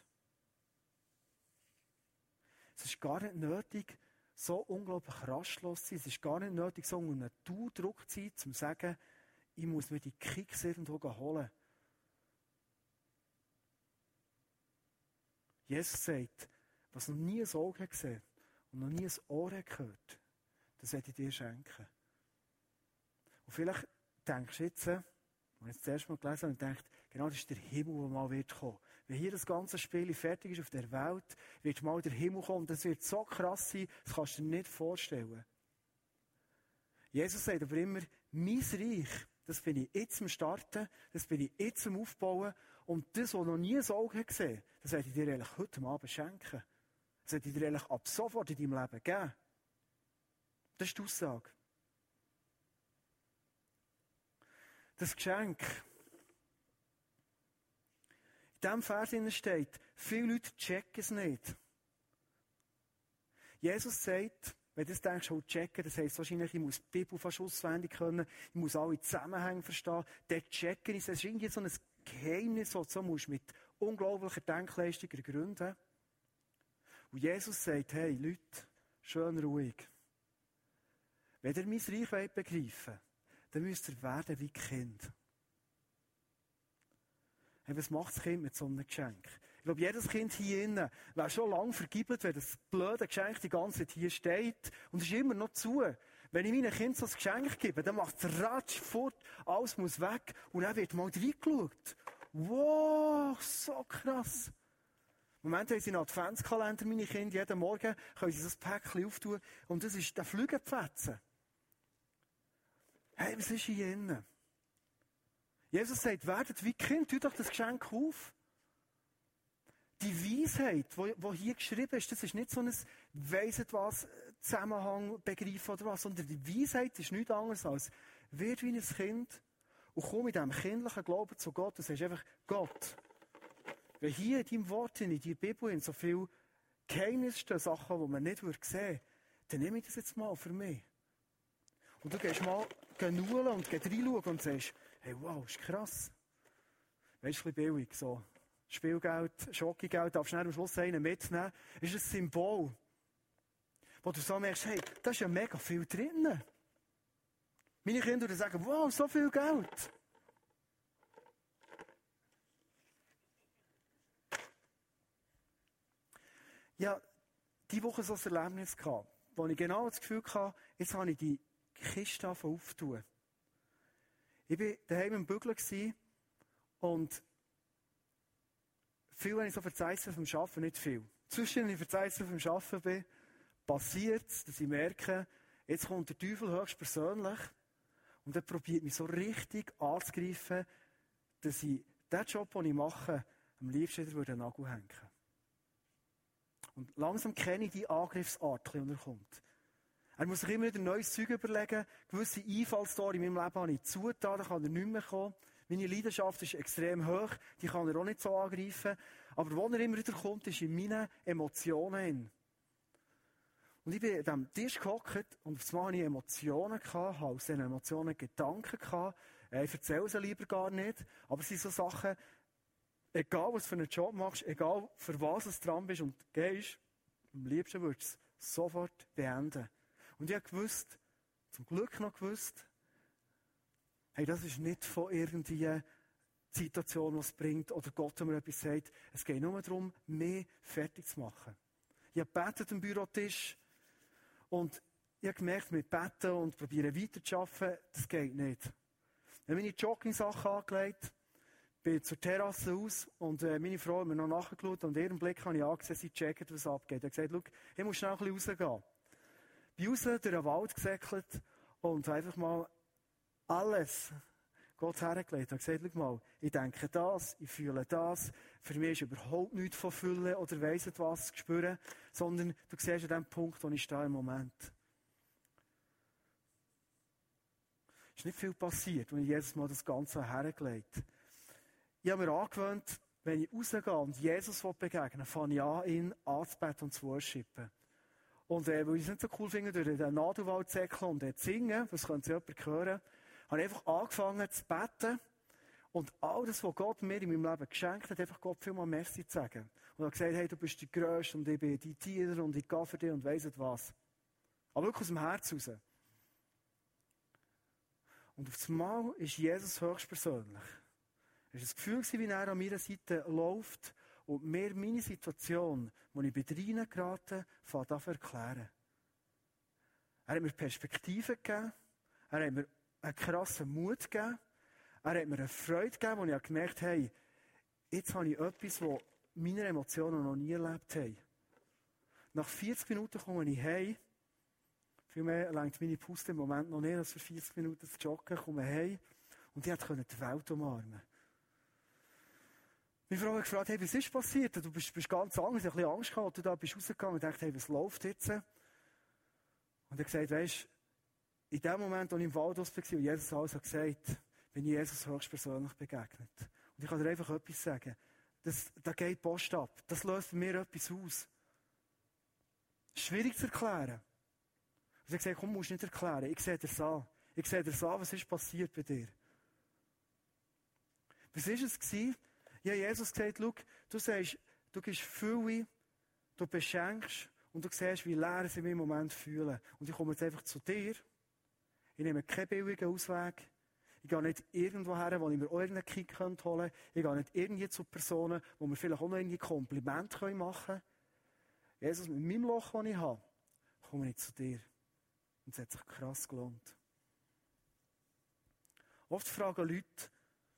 Es ist gar nicht nötig, so unglaublich rastlos zu sein. Es ist gar nicht nötig, so unter Naturdruck zu sein, um zu sagen, ich muss mir die Kicks irgendwo holen. Jesus sagt, was noch nie ein Auge gesehen und noch nie ein Ohr gehört, das werde ich dir schenken. Und vielleicht denkst du jetzt, als ich das erste Mal gelesen habe, und denkst, genau das ist der Himmel, der mal wird kommen. Wenn hier das ganze Spiel fertig ist auf der Welt, wird mal der Himmel kommen und das wird so krass sein, das kannst du dir nicht vorstellen. Jesus sagt aber immer, mein Reich, das bin ich jetzt am Starten, das bin ich jetzt am Aufbauen und das, was noch nie ein Auge gesehen hat, das werde ich dir eigentlich heute Abend schenken. Das werde ich dir eigentlich ab sofort in deinem Leben geben. Das ist die Aussage. Das Geschenk. In diesem Vers steht, viele Leute checken es nicht. Jesus sagt, wenn du das denkst, checken, das heisst wahrscheinlich, ich muss die Bibel fast auswendig können, ich muss alle Zusammenhänge verstehen, dort checken ist, es ist irgendwie so ein Geheimnis, das du musst mit unglaublicher Denkleistung ergründen. Und Jesus sagt, hey Leute, schön ruhig. Wenn ihr mein Reich begreifen wollt, dann müsst ihr werden wie Kind. Hey, was macht das Kind mit so einem Geschenk? Ich glaube, jedes Kind hier innen wäre schon lange vergibelt, wenn das blöde Geschenk die ganze Zeit hier steht. Und es ist immer noch zu. Wenn ich meinem Kind so ein Geschenk gebe, dann macht es ratsch fort, alles muss weg und dann wird mal reingeschaut. Wow, so krass. Im Moment haben sie einen Adventskalender, meine Kinder, jeden Morgen können sie das Päckchen auftun und das ist der Flügelpfetzen. Hey, was ist hier innen? Jesus sagt, werdet wie Kind, tut doch das Geschenk auf. Die Weisheit, die hier geschrieben ist, das ist nicht so ein weiset was Zusammenhang begreifen oder was, sondern die Weisheit ist nichts anderes als, werd wie ein Kind und komm mit diesem kindlichen Glauben zu Gott und sagst einfach, Gott, wenn hier in deinem Wort, in der Bibel, so viele Geheimnisse, Sachen, die man nicht sehen würde, dann nehme ich das jetzt mal für mich. Und du gehst mal nudeln und reinschauen und sagst, hey, wow, ist krass. Weißt du, ein bisschen billig, so. Spielgeld, Schokogeld, darfst du am Schluss einen mitnehmen. Ist ein Symbol. Wo du so merkst, hey, da ist ja mega viel drin. Meine Kinder würden sagen, wow, so viel Geld. Ja, diese Woche so ein Erlebnis gehabt, wo ich genau das Gefühl hatte, jetzt habe ich die Kiste aufzutun. Ich war daheim im Bügeln und viel, wenn ich so verzeiht auf dem Arbeiten, nicht viel. Zwischen, wenn ich verzeiht auf dem Arbeiten bin, passiert es, dass ich merke, jetzt kommt der Teufel höchstpersönlich und er probiert mich so richtig anzugreifen, dass ich den Job, den ich mache, am liebsten wieder einen Nagel hängen würde. Und langsam kenne ich die Angriffsart, die er kommt. Er muss sich immer wieder neues Zeug überlegen. Gewisse Einfallstore in meinem Leben habe ich zugetan, da kann er nicht mehr kommen. Meine Leidenschaft ist extrem hoch, die kann er auch nicht so angreifen. Aber wo er immer wieder kommt, ist in meinen Emotionen. Und ich bin an diesem Tisch gehockt und auf einmal hatte ich Emotionen, habe aus diesen Emotionen Gedanken gehabt. Ich erzähle sie lieber gar nicht, aber es sind so Sachen, egal was du für einen Job machst, egal für was du dran bist und gehst, am liebsten würdest du es sofort beenden. Und ich habe gewusst, zum Glück noch gewusst, hey, das ist nicht von irgendwie Situation, die es bringt, oder Gott mir etwas sagt. Es geht nur darum, mehr fertig zu machen. Ich habe gebetet am Bürotisch und ich habe gemerkt, mit Beten und probieren weiterzuarbeiten, das geht nicht. Ich habe meine Jogging-Sachen angelegt, bin zur Terrasse aus und meine Frau hat mir noch nachgeschaut und in ihrem Blick habe ich angesehen, sie checkt, was abgeht. Er hat gesagt, schau, ich muss schnell ein bisschen rausgehen. Ich bin raus, durch den Wald gesäckelt und einfach mal alles Gott hergelegt. Er hat gesagt, schau mal, ich denke das, ich fühle das. Für mich ist überhaupt nichts von Fülle oder weiss nicht was zu spüren, sondern du siehst an dem Punkt, wo ich stehe im Moment. Es ist nicht viel passiert, als ich jedes Mal das Ganze hergelegt habe. Ich habe mir angewöhnt, wenn ich rausgehe und Jesus begegnen, fange ich an, ihn anzubeten und zu worshipen. Und weil ich es nicht so cool finde, durch den Nadelwald zu säckeln und zu singen, das könnte jemand hören, habe ich einfach angefangen zu beten und all das, was Gott mir in meinem Leben geschenkt hat, einfach Gott vielmal Merci zu sagen. Und er hat gesagt, hey, du bist der Größte und ich bin dein Tier und ich gehe für dich und weiss nicht was. Aber wirklich aus dem Herz raus. Und auf einmal ist Jesus höchstpersönlich. Es war das Gefühl, wie er an meiner Seite läuft und mir meine Situation, wo ich reingeraten bin, an zu erklären. Er hat mir Perspektive gegeben, er hat mir einen krassen Mut gegeben, er hat mir eine Freude gegeben, wo ich gemerkt habe, hey, jetzt habe ich etwas, das meine Emotionen noch nie erlebt haben. Nach 40 Minuten komme ich heim. Vielmehr reicht meine Puste im Moment noch nicht, als für 40 Minuten zu joggen, komme heim und ich konnte die Welt umarmen. Meine Frau hat gefragt, hey, was ist passiert? Du bist ganz anders, ich habe ein bisschen Angst gehabt, du da bist rausgegangen und dachte, hey, was läuft jetzt? Und er hat gesagt, weisst, in dem Moment, als ich im Wald war und Jesus alles hat gesagt, bin ich Jesus höchstpersönlich begegnet. Und ich kann dir einfach etwas sagen. Da geht die Post ab. Das löst bei mir etwas aus. Schwierig zu erklären. Und er hat gesagt, komm, musst du nicht erklären. Ich sehe dir an. Ich sehe dir an, was ist passiert bei dir. Was war es gewesen? Ja, Jesus gesagt, schau, du sagst, du gibst Fülle, du beschenkst und du siehst, wie leer sie mich im Moment fühlen. Und ich komme jetzt einfach zu dir. Ich nehme keinen billigen Ausweg. Ich gehe nicht irgendwo her, wo ich mir auch irgendeinen Kick holen könnte. Ich gehe nicht irgendwie zu Personen, wo mir vielleicht auch noch irgendwie Komplimente machen können. Jesus, mit meinem Loch, das ich habe, komme ich zu dir. Und es hat sich krass gelohnt. Oft fragen Leute,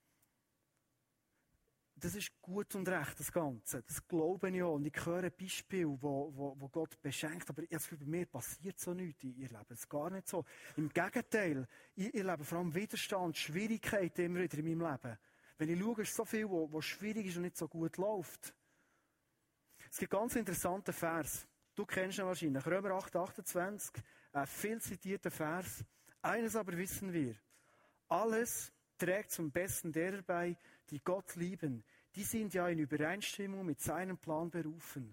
das ist gut und recht, das Ganze. Das glaube ich auch. Und ich höre Beispiele, wo Gott beschenkt. Aber jetzt bei mir passiert so nichts. Ich erlebe es gar nicht so. Im Gegenteil, ich erlebe vor allem Widerstand, Schwierigkeiten immer wieder in meinem Leben. Wenn ich schaue, ist so viel, was schwierig ist und nicht so gut läuft. Es gibt ganz interessante Vers. Du kennst ihn wahrscheinlich. Römer 8, 28, ein viel zitierter Vers. Eines aber wissen wir. Alles trägt zum Besten derer bei, die Gott lieben. Die sind ja in Übereinstimmung mit seinem Plan berufen.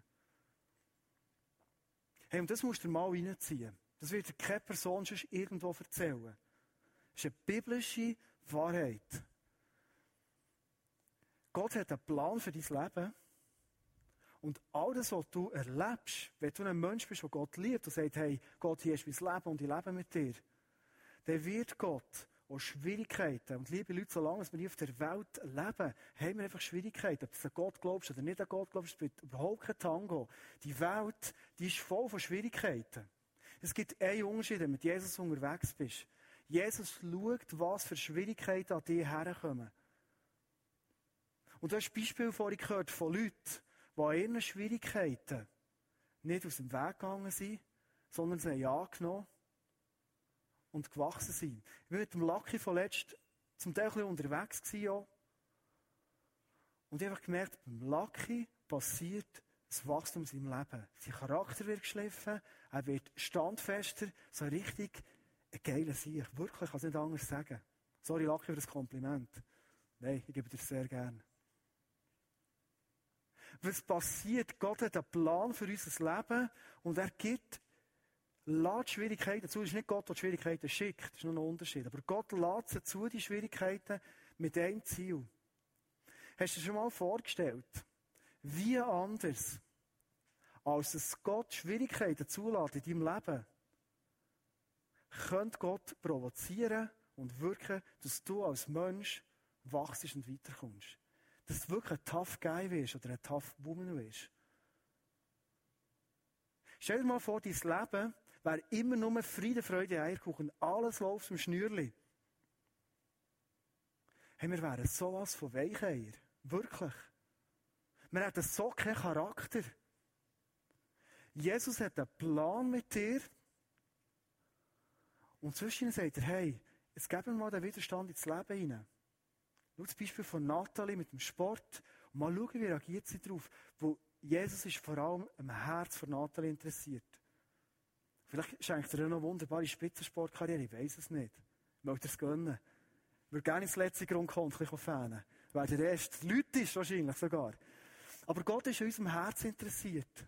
Hey, und das musst du mal reinziehen. Das wird dir keine Person sonst irgendwo erzählen. Das ist eine biblische Wahrheit. Gott hat einen Plan für dein Leben. Und all das, was du erlebst, wenn du ein Mensch bist, der Gott liebt und sagt, hey, Gott, hier ist mein Leben und ich lebe mit dir, dann wird Gott auch Schwierigkeiten. Und liebe Leute, solange wir hier auf der Welt leben, haben wir einfach Schwierigkeiten. Ob du an Gott glaubst oder nicht an Gott glaubst, spielt überhaupt kein Tango. Die Welt, die ist voll von Schwierigkeiten. Es gibt einen Unterschied, wenn du mit Jesus unterwegs bist. Jesus schaut, was für Schwierigkeiten an dich herkommen. Und du hast Beispiele vorhin gehört von Leuten, die an ihren Schwierigkeiten nicht aus dem Weg gegangen sind, sondern sie haben angenommen und gewachsen sind. Ich war mit dem Lucky vorletzt zum Teil ein bisschen unterwegs gewesen, und ich habe gemerkt, beim Lucky passiert das Wachstum in seinem Leben. Sein Charakter wird geschliffen, er wird standfester, so richtig ein geiler Sieg. Wirklich, ich kann es nicht anders sagen. Sorry, Lucky, für das Kompliment. Nein, ich gebe dir sehr gerne. Was passiert? Gott hat einen Plan für unser Leben und er lässt Schwierigkeiten zu. Es ist nicht Gott, der die Schwierigkeiten schickt. Das ist noch ein Unterschied. Aber Gott lässt sie zu, die Schwierigkeiten, mit einem Ziel. Hast du dir schon mal vorgestellt, wie anders, als es Gott Schwierigkeiten zulässt in deinem Leben, könnte Gott provozieren und wirken, dass du als Mensch wachst und weiterkommst. Dass du wirklich ein tough Guy wirst oder ein tough Woman wirst. Stell dir mal vor, dein Leben wäre immer nur Friede, Freude, Eierkuchen. Alles läuft im Schnürli. Hey, wir wären sowas von Weicheier. Wirklich. Wir hätten so keinen Charakter. Jesus hat einen Plan mit dir. Und zwischen ihnen sagt er, hey, jetzt geben wir mal den Widerstand ins Leben hinein. Schau das Beispiel von Nathalie mit dem Sport und mal schauen, wie reagiert sie darauf. Wo Jesus ist vor allem am Herz von Nathalie interessiert. Vielleicht schenkt er ihr noch eine wunderbare Spitzensportkarriere, ich weiss es nicht. Ich möchte es gönnen. Ich würde gerne ins letzte Grundkonto fahren. Weil der erste Leute ist wahrscheinlich sogar. Aber Gott ist an unserem Herz interessiert.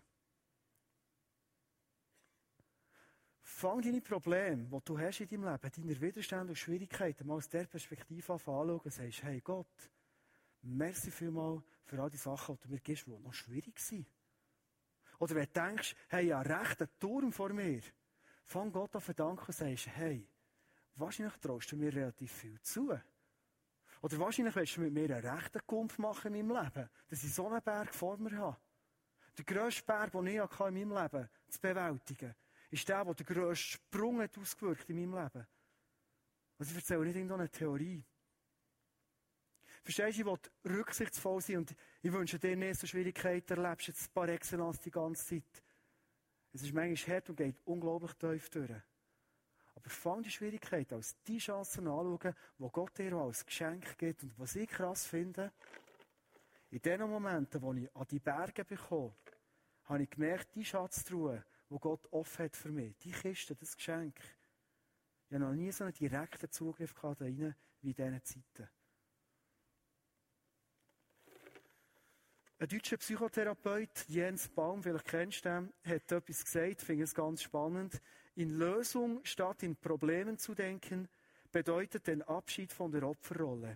Fang deine Probleme, die du hast in deinem Leben, deine Widerstände und Schwierigkeiten, mal aus dieser Perspektive anschauen und sagst, hey Gott, merci vielmals für all die Sachen, die du mir gibst, die noch schwierig sind. Oder wenn du denkst, hey, ja, recht ein Turm vor mir, fang Gott an zu danken und sagst, hey, wahrscheinlich traust du mir relativ viel zu. Oder wahrscheinlich willst du mit mir einen rechten Kampf machen in meinem Leben, dass ich so einen Berg vor mir habe. Der grösste Berg, den ich in meinem Leben zu bewältigen ist der den grössten Sprung hat ausgewirkt in meinem Leben. Also ich erzähle nicht irgendeine Theorie. Verstehst du, ich will rücksichtsvoll sein und ich wünsche dir nicht so Schwierigkeiten, erlebst jetzt par excellence die ganze Zeit. Es ist manchmal hart und geht unglaublich tief durch. Aber fang die Schwierigkeiten als die Chancen anschauen, die Gott dir als Geschenk gibt. Und was ich krass finde, in den Momenten, wo ich an die Berge bekomme, habe ich gemerkt, die Schatztruhe, die Gott offen hat für mich, die Kiste, das Geschenk. Ich habe noch nie so einen direkten Zugriff gehabt da rein, wie in diesen Zeiten. Ein deutscher Psychotherapeut, Jens Baum, vielleicht kennst du ihn, hat etwas gesagt, finde es ganz spannend. In Lösung statt in Problemen zu denken, bedeutet den Abschied von der Opferrolle.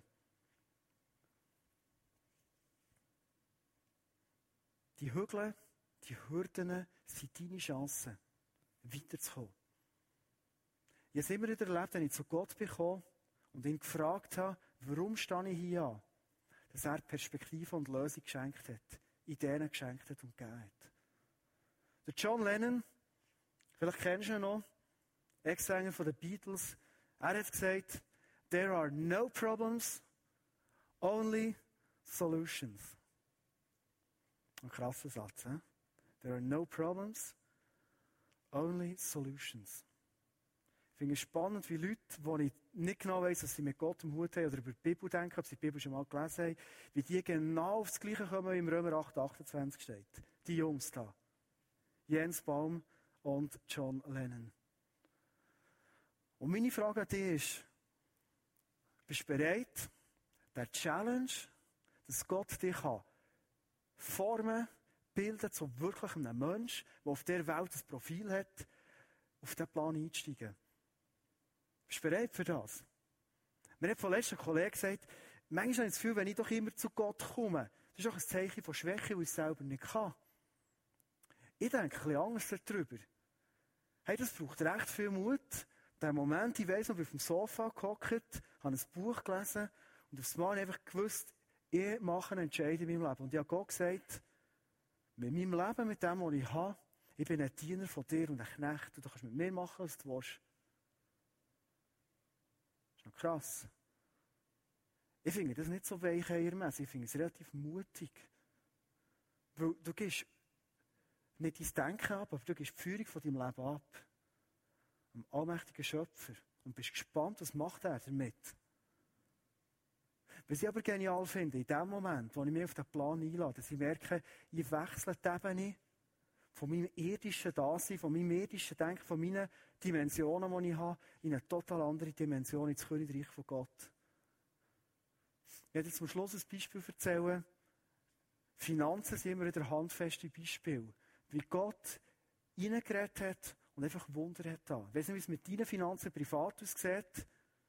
Die Hügel, die Hürden sind deine Chancen, weiterzukommen. Ich habe es immer wieder erlebt, wenn ich zu Gott bekomme und ihn gefragt habe, warum stehe ich hier an? Dass er Perspektive und Lösung geschenkt hat, Ideen geschenkt hat und gegeben hat. Der John Lennon, vielleicht kennst du ihn noch, Ex-Sänger von den Beatles, er hat gesagt, there are no problems, only solutions. Ein krasser Satz, he? There are no problems, only solutions. Ich finde es spannend, wie Leute, die ich nicht genau weiss, was sie mit Gott im Hut haben oder über die Bibel denken, ob sie die Bibel schon mal gelesen haben, wie die genau auf das Gleiche kommen, wie im Römer 8, 28 steht. Die Jungs da. Jens Baum und John Lennon. Und meine Frage an dich ist, bist du bereit, der Challenge, dass Gott dich formen, bilden zu wirklich einem Menschen, der auf dieser Welt ein Profil hat, auf diesen Plan einzusteigen? Bist du bereit für das? Mir hat von letztem Kollege gesagt, manchmal habe ich das Gefühl, wenn ich doch immer zu Gott komme, das ist doch ein Zeichen von Schwäche, weil ich es selber nicht kann. Ich denke ein bisschen anders darüber. Hey, das braucht recht viel Mut. Der Moment, ich weiss noch, ich bin auf dem Sofa gehockt, habe ein Buch gelesen und aufs Mal einfach gewusst, ich mache einen Entscheid in meinem Leben. Und ich habe Gott gesagt, mit meinem Leben, mit dem, was ich habe, ich bin ein Diener von dir und ein Knecht. Und du kannst mit mir machen, was du willst. Das ist noch krass. Ich finde das nicht so weicheiermässig, ich finde es relativ mutig. Weil du gibst nicht dein Denken ab, aber du gibst die Führung von deinem Leben ab. Dem allmächtigen Schöpfer. Und bist gespannt, was macht er damit. Was ich aber genial finde, in dem Moment, wo ich mich auf den Plan einlade, dass ich merke, ich wechsle die Ebene von meinem irdischen Dasein, von meinem irdischen Denken, von meinen Dimensionen, die ich habe, in eine total andere Dimension, ins Königreich von Gott. Ich werde zum Schluss ein Beispiel erzählen. Finanzen sind immer wieder handfeste Beispiele. Wie Gott reingeredet hat und einfach Wunder hat da. Ich weiss nicht, wie es mit deinen Finanzen privat aussieht.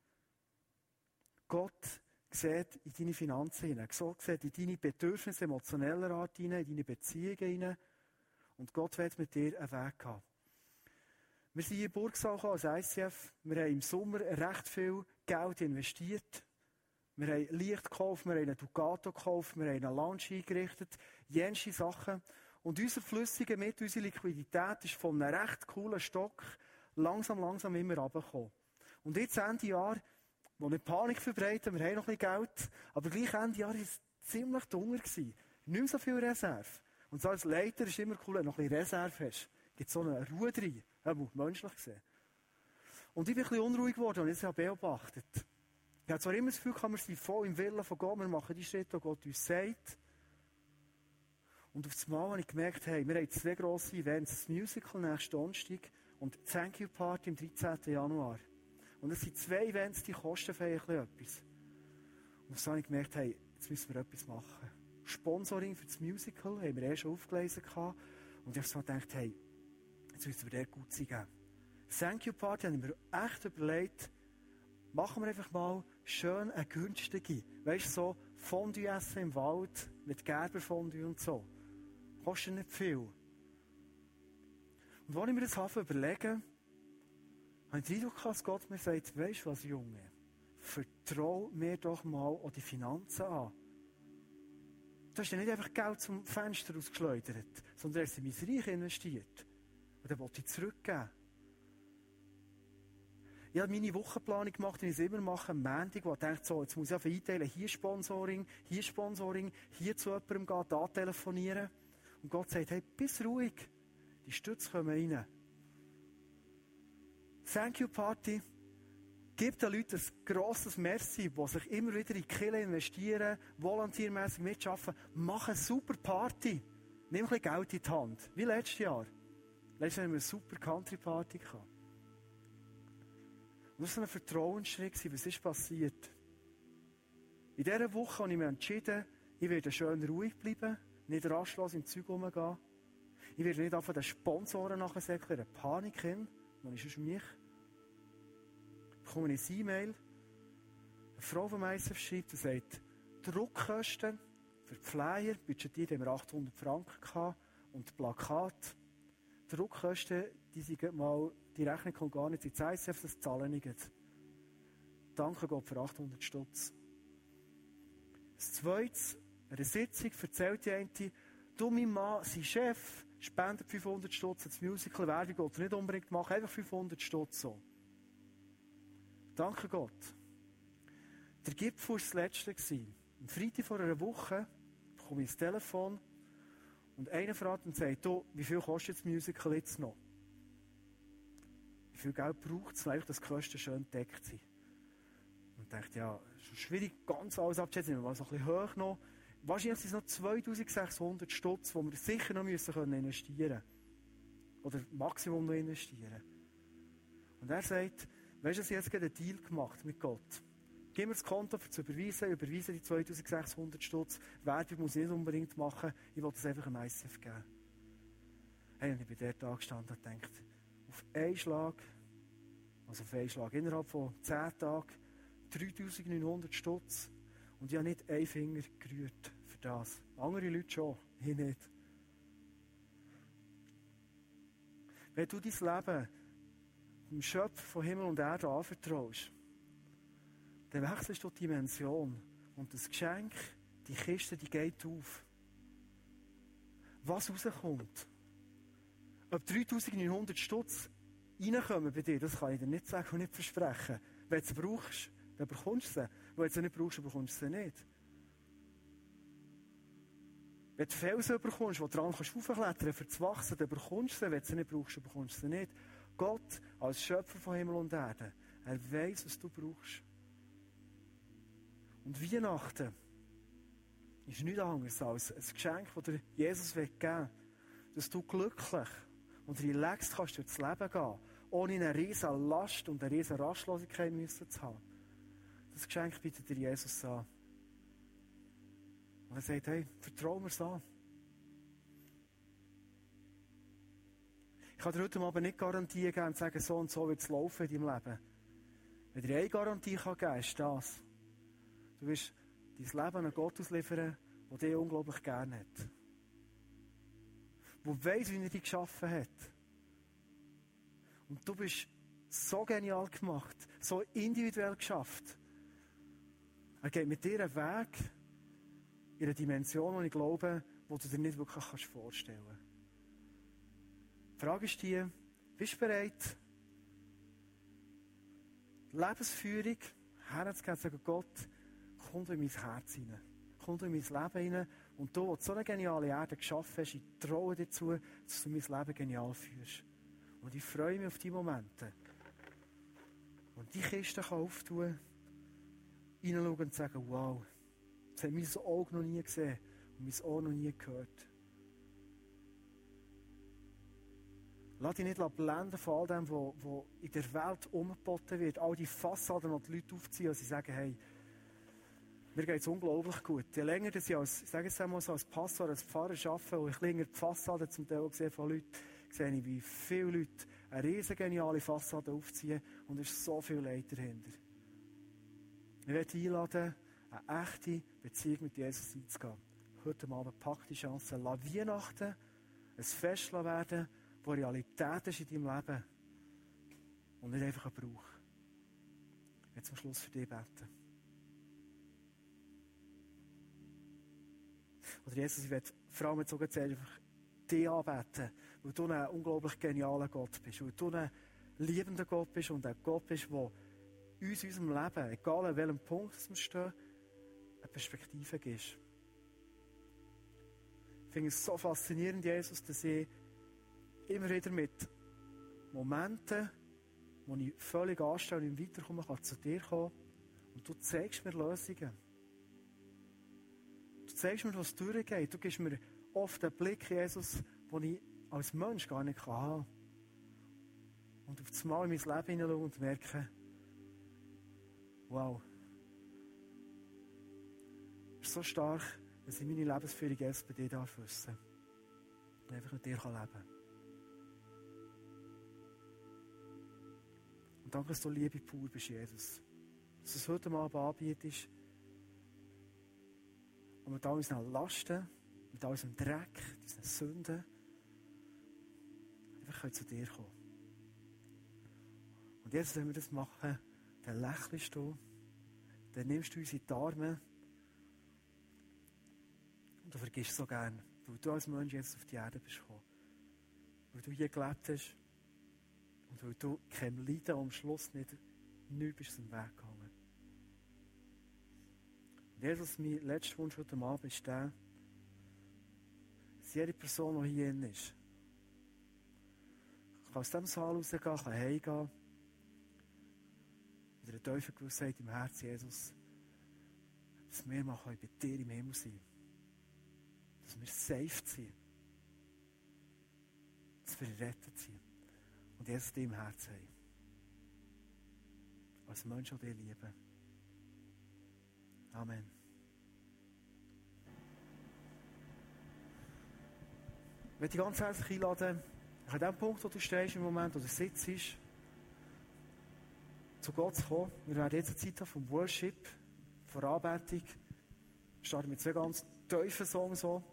Gott sieht in deine Finanzen hinein. Gott sieht in deine Bedürfnisse emotioneller Art hinein, in deine Beziehungen hinein. Und Gott wird mit dir einen Weg haben. Wir sind hier in Burgsaal als ICF. Wir haben im Sommer recht viel Geld investiert. Wir haben Licht gekauft, wir haben einen Ducato gekauft, wir haben eine Lounge eingerichtet, jenste Sachen. Und unser flüssiger mit, unsere Liquidität ist von einem recht coolen Stock langsam immer runtergekommen. Und jetzt Ende Jahr, wo nicht Panik verbreiten, wir haben noch ein bisschen Geld, aber gleich Ende Jahr war es ziemlich dunkel gewesen. Nicht mehr so viel Reserve. Und so als Leiter ist es immer cool, wenn du noch ein bisschen Reserve hast. Gibt so eine Ruhe drin, menschlich gesehen. Und ich bin ein bisschen unruhig geworden und jetzt habe ich beobachtet. Ich habe zwar immer das Gefühl, wir sind voll im Willen von Gott, wir machen die Schritte, die Gott uns sagt. Und auf einmal habe ich gemerkt, hey, wir haben 2 grosse Events, das Musical nächsten Donnerstag und die Thank You Party am 13. Januar. Und es sind 2 Events, die kosten vielleicht etwas. Und so habe ich gemerkt, hey, jetzt müssen wir etwas machen. Sponsoring für das Musical haben wir schon aufgelesen. Und ich habe so gedacht, hey, jetzt müssen wir dort gut sein geben. Thank You Party habe ich mir echt überlegt, machen wir einfach mal schön eine günstige. Weißt du, so Fondue essen im Wald mit Gerberfondue und so. Kostet nicht viel. Und als ich mir das überlege, habe ich den Eindruck, dass Gott mir sagt, weisst du was, Junge? Vertrau mir doch mal an die Finanzen an. Du hast ja nicht einfach Geld zum Fenster ausgeschleudert, sondern hast in mein Reich investiert. Und dann wollte ich zurückgeben. Ich habe meine Wochenplanung gemacht, wie ich es immer mache, am Montag, wo ich dachte, so, jetzt muss ich einfach einteilen, hier Sponsoring, hier zu jemandem gehen, da telefonieren. Und Gott sagt, hey, bist ruhig, die Stütze kommen rein. Thank You Party, gib den Leuten ein grosses Merci, die sich immer wieder in die Kirche investieren, volontiermässig mitarbeiten, mach eine super Party. Nimm ein bisschen Geld in die Hand, wie letztes Jahr. Letztes Jahr haben wir eine super Country Party gehabt. Und das war ein Vertrauensschritt. Was ist passiert? In dieser Woche habe ich mich entschieden, ich werde schön ruhig bleiben, nicht rastlos im Zeug rumgehen. Ich werde nicht von den Sponsoren nachsäckeln, eine Panik hin. Man ist mich. Ich bekomme eine E-Mail. Eine Frau vom ICF schreibt und sagt, Druckkosten für die Flyer, budgetiert haben wir 800 Franken gehabt, und die Plakate. Die Druckkosten, die Rechnung kommt gar nicht ins ICF, das zahlen nicht. Danke Gott für 800 Stutz. Das Zweite, eine Sitzung erzählt die eine, du, mein Mann, sein Chef, spendet 500 Stutz ins Musical, Werbung wollte er nicht unbedingt machen, einfach 500 Stutz so. Danke Gott. Der Gipfel war das letzte. Am Freitag vor einer Woche bekomme ich ein Telefon und einer fragt und sagt, du, wie viel kostet das Musical jetzt noch? Wie viel Geld braucht es, dass die Kosten schön gedeckt sind? Und ich dachte, ja, es ist schwierig, ganz alles abzuschätzen, wir waren so ein bisschen hoch noch. Wahrscheinlich sind es noch 2600 Stutz, die wir sicher noch investieren können. Oder Maximum noch investieren. Und er sagt, weisst du, ich habe jetzt gerade einen Deal gemacht mit Gott. Gib mir das Konto, um zu überweise die 2600 Stutz. Werbung muss ich nicht unbedingt machen, ich will das einfach einem ICF geben. Hey, und ich bin dort angestanden und gedacht, auf einen Schlag, innerhalb von 10 Tagen, 3900 Stutz. Und ich habe nicht einen Finger gerührt für das. Andere Leute schon, ich nicht. Wenn du dein Leben dem Schöpfer von Himmel und Erde anvertraust, dann wechselst du die Dimension. Und das Geschenk, die Kiste, die geht auf. Was rauskommt, ob 3900 Stutz reinkommen bei dir, das kann ich dir nicht sagen und nicht versprechen. Wenn du sie brauchst, dann bekommst du sie. Wenn du sie nicht brauchst, dann bekommst du sie nicht. Wenn du Felsen bekommst, die dran hochklettern kannst, für zu wachsen, dann bekommst du sie. Wenn du sie nicht brauchst, dann bekommst du sie nicht. Gott, als Schöpfer von Himmel und Erde, er weiss, was du brauchst. Und Weihnachten ist nichts anderes als ein Geschenk, das dir Jesus geben will, dass du glücklich und relaxed kannst durch das Leben gehen, ohne eine riesige Last und eine riesige Rastlosigkeit zu haben. Das Geschenk bietet dir Jesus an. Und er sagt, hey, vertrau mir es an. Ich kann dir heute Abend nicht Garantie geben und sagen, so und so wird es laufen in deinem Leben. Wenn dir eine Garantie geben kann, ist das. Du wirst dein Leben an Gott ausliefern, der dich unglaublich gerne hat. Der weiss, wie er dich geschaffen hat. Und du bist so genial gemacht, so individuell geschafft. Er geht mit dir einen Weg in eine Dimension, die ich glaube, die du dir nicht wirklich vorstellen kannst. Die Frage ist die, bist du bereit, Lebensführung herzugeben, zu sagen, Gott, komm in mein Herz hinein, komm in mein Leben hinein und du, der so eine geniale Erde geschaffen hast, ich traue dir zu, dass du mein Leben genial führst. Und ich freue mich auf die Momente, und die Kiste kann auftun, hineinschauen und sagen, wow, das hat mein Auge noch nie gesehen und mein Ohr noch nie gehört. Lass dich nicht blenden von all dem, was in der Welt umgeboten wird. All die Fassaden, die die Leute aufziehen, und sie sagen, hey, mir geht es unglaublich gut. Je länger dass ich als Pastor, als Pfarrer arbeite, und ich länger die Fassaden zum Teil sehe von Leuten, sehe ich, wie viele Leute eine riesige geniale Fassade aufziehen und es ist so viel Leid dahinter. Ich möchte einladen, eine echte Beziehung mit Jesus einzugehen. Heute Abend pack die Chance, lass Weihnachten ein Fest werden, das Realität ist in deinem Leben und nicht einfach ein Brauch. Ich werde zum Schluss für dich beten. Oder Jesus, ich werde vor allem jetzt sogar einfach dich anbeten, weil du ein unglaublich genialer Gott bist, weil du ein liebender Gott bist und ein Gott bist, der uns in unserem Leben, egal an welchem Punkt wir stehen, eine Perspektive gibt. Ich finde es so faszinierend, Jesus, dass ich immer wieder mit Momenten, wo ich völlig anstehe und nicht weiterkomme, kann zu dir kommen und du zeigst mir Lösungen. Du zeigst mir, was durchgeht. Du gibst mir oft einen Blick, Jesus, den ich als Mensch gar nicht haben kann. Und auf das Mal in mein Leben hineinschaue und merke, wow, es ist so stark, dass ich meine Lebensführung erst bei dir wissen darf. Und einfach mit dir leben kann. Und danke, dass du Liebe pur bist, Jesus. Dass du es heute Abend anbietest. Und mit all unseren Lasten, mit all unserem Dreck, unseren Sünden, einfach zu dir kommen. Und jetzt, wenn wir das machen, dann lächelst du, dann nimmst du uns in die Arme und du vergisst so gern, weil du als Mensch jetzt auf die Erde bist gekommen. Weil du hier gelebt hast und weil du kein Leiden am Schluss nicht bist aus dem Weg gegangen. Und Jesus, mein letzter Wunsch heute Abend ist der, dass jede Person, die hier drin ist, kann aus diesem Saal rausgehen, kann heimgehen, mit einer tiefen Gewissheit im Herzen, Jesus, dass wir mal bei dir im Himmel sein können. Dass wir safe sind. Dass für errettet sind und Jesus in deinem Herz haben. Als Menschen, die dich lieben. Amen. Ich möchte dich ganz herzlich einladen, an dem Punkt, wo du stehst im Moment, wo du sitzt, zu Gott zu kommen. Wir werden jetzt eine Zeit haben vom Worship, von Anbetung. Wir starten mit 2 ganz tiefen Songs an.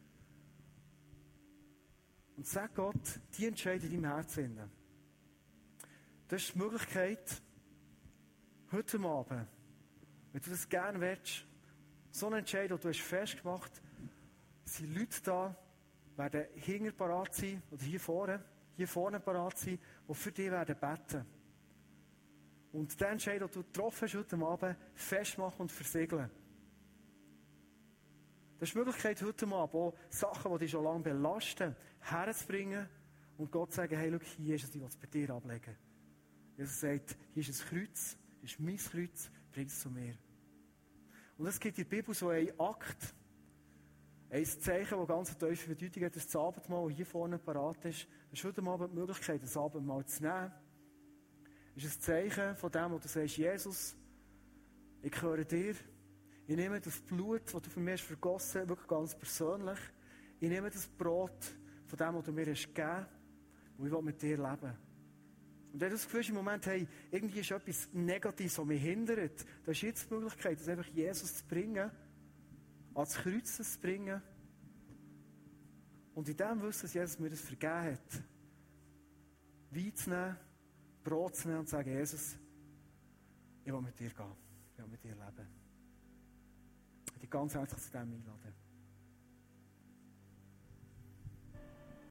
Und sag Gott, die Entscheidung in deinem Herzen. Das ist die Möglichkeit, heute Abend, wenn du das gerne willst, so einen Entscheid, den du hast festgemacht, sind Leute da, werden hinten parat sein, oder hier vorne parat sein, die für dich werden beten. Und den Entscheid, den du getroffen hast heute Abend, festmachen und versiegeln. Das ist die Möglichkeit, heute Abend auch Sachen, die dich schon lange belasten, herzubringen und Gott zu sagen, hey, schau, hier ist es, ich will es bei dir ablegen. Jesus sagt, hier ist ein Kreuz, hier ist mein Kreuz, bring es zu mir. Und es gibt in der Bibel so einen Akt, ein Zeichen, das ganz eine tiefe Bedeutung hat, das Abendmahl, das hier vorne parat ist. Es ist heute Abend die Möglichkeit, das Abendmahl zu nehmen. Es ist ein Zeichen von dem, wo du sagst, Jesus, ich gehöre dir. Ich nehme das Blut, das du für mich hast vergossen, wirklich ganz persönlich. Ich nehme das Brot von dem, was du mir hast gegeben, und ich will mit dir leben. Und wenn du das Gefühl hast, im Moment, hey, irgendwie ist etwas Negatives, das mich hindert, dann ist jetzt die Möglichkeit, das einfach Jesus zu bringen, ans Kreuz zu bringen. Und in dem Wissen, dass Jesus mir das vergeben hat, Wein zu nehmen, Brot zu nehmen und zu sagen, Jesus, ich will mit dir gehen, ich will mit dir leben. Ich will dich ganz herzlich zu dem einladen.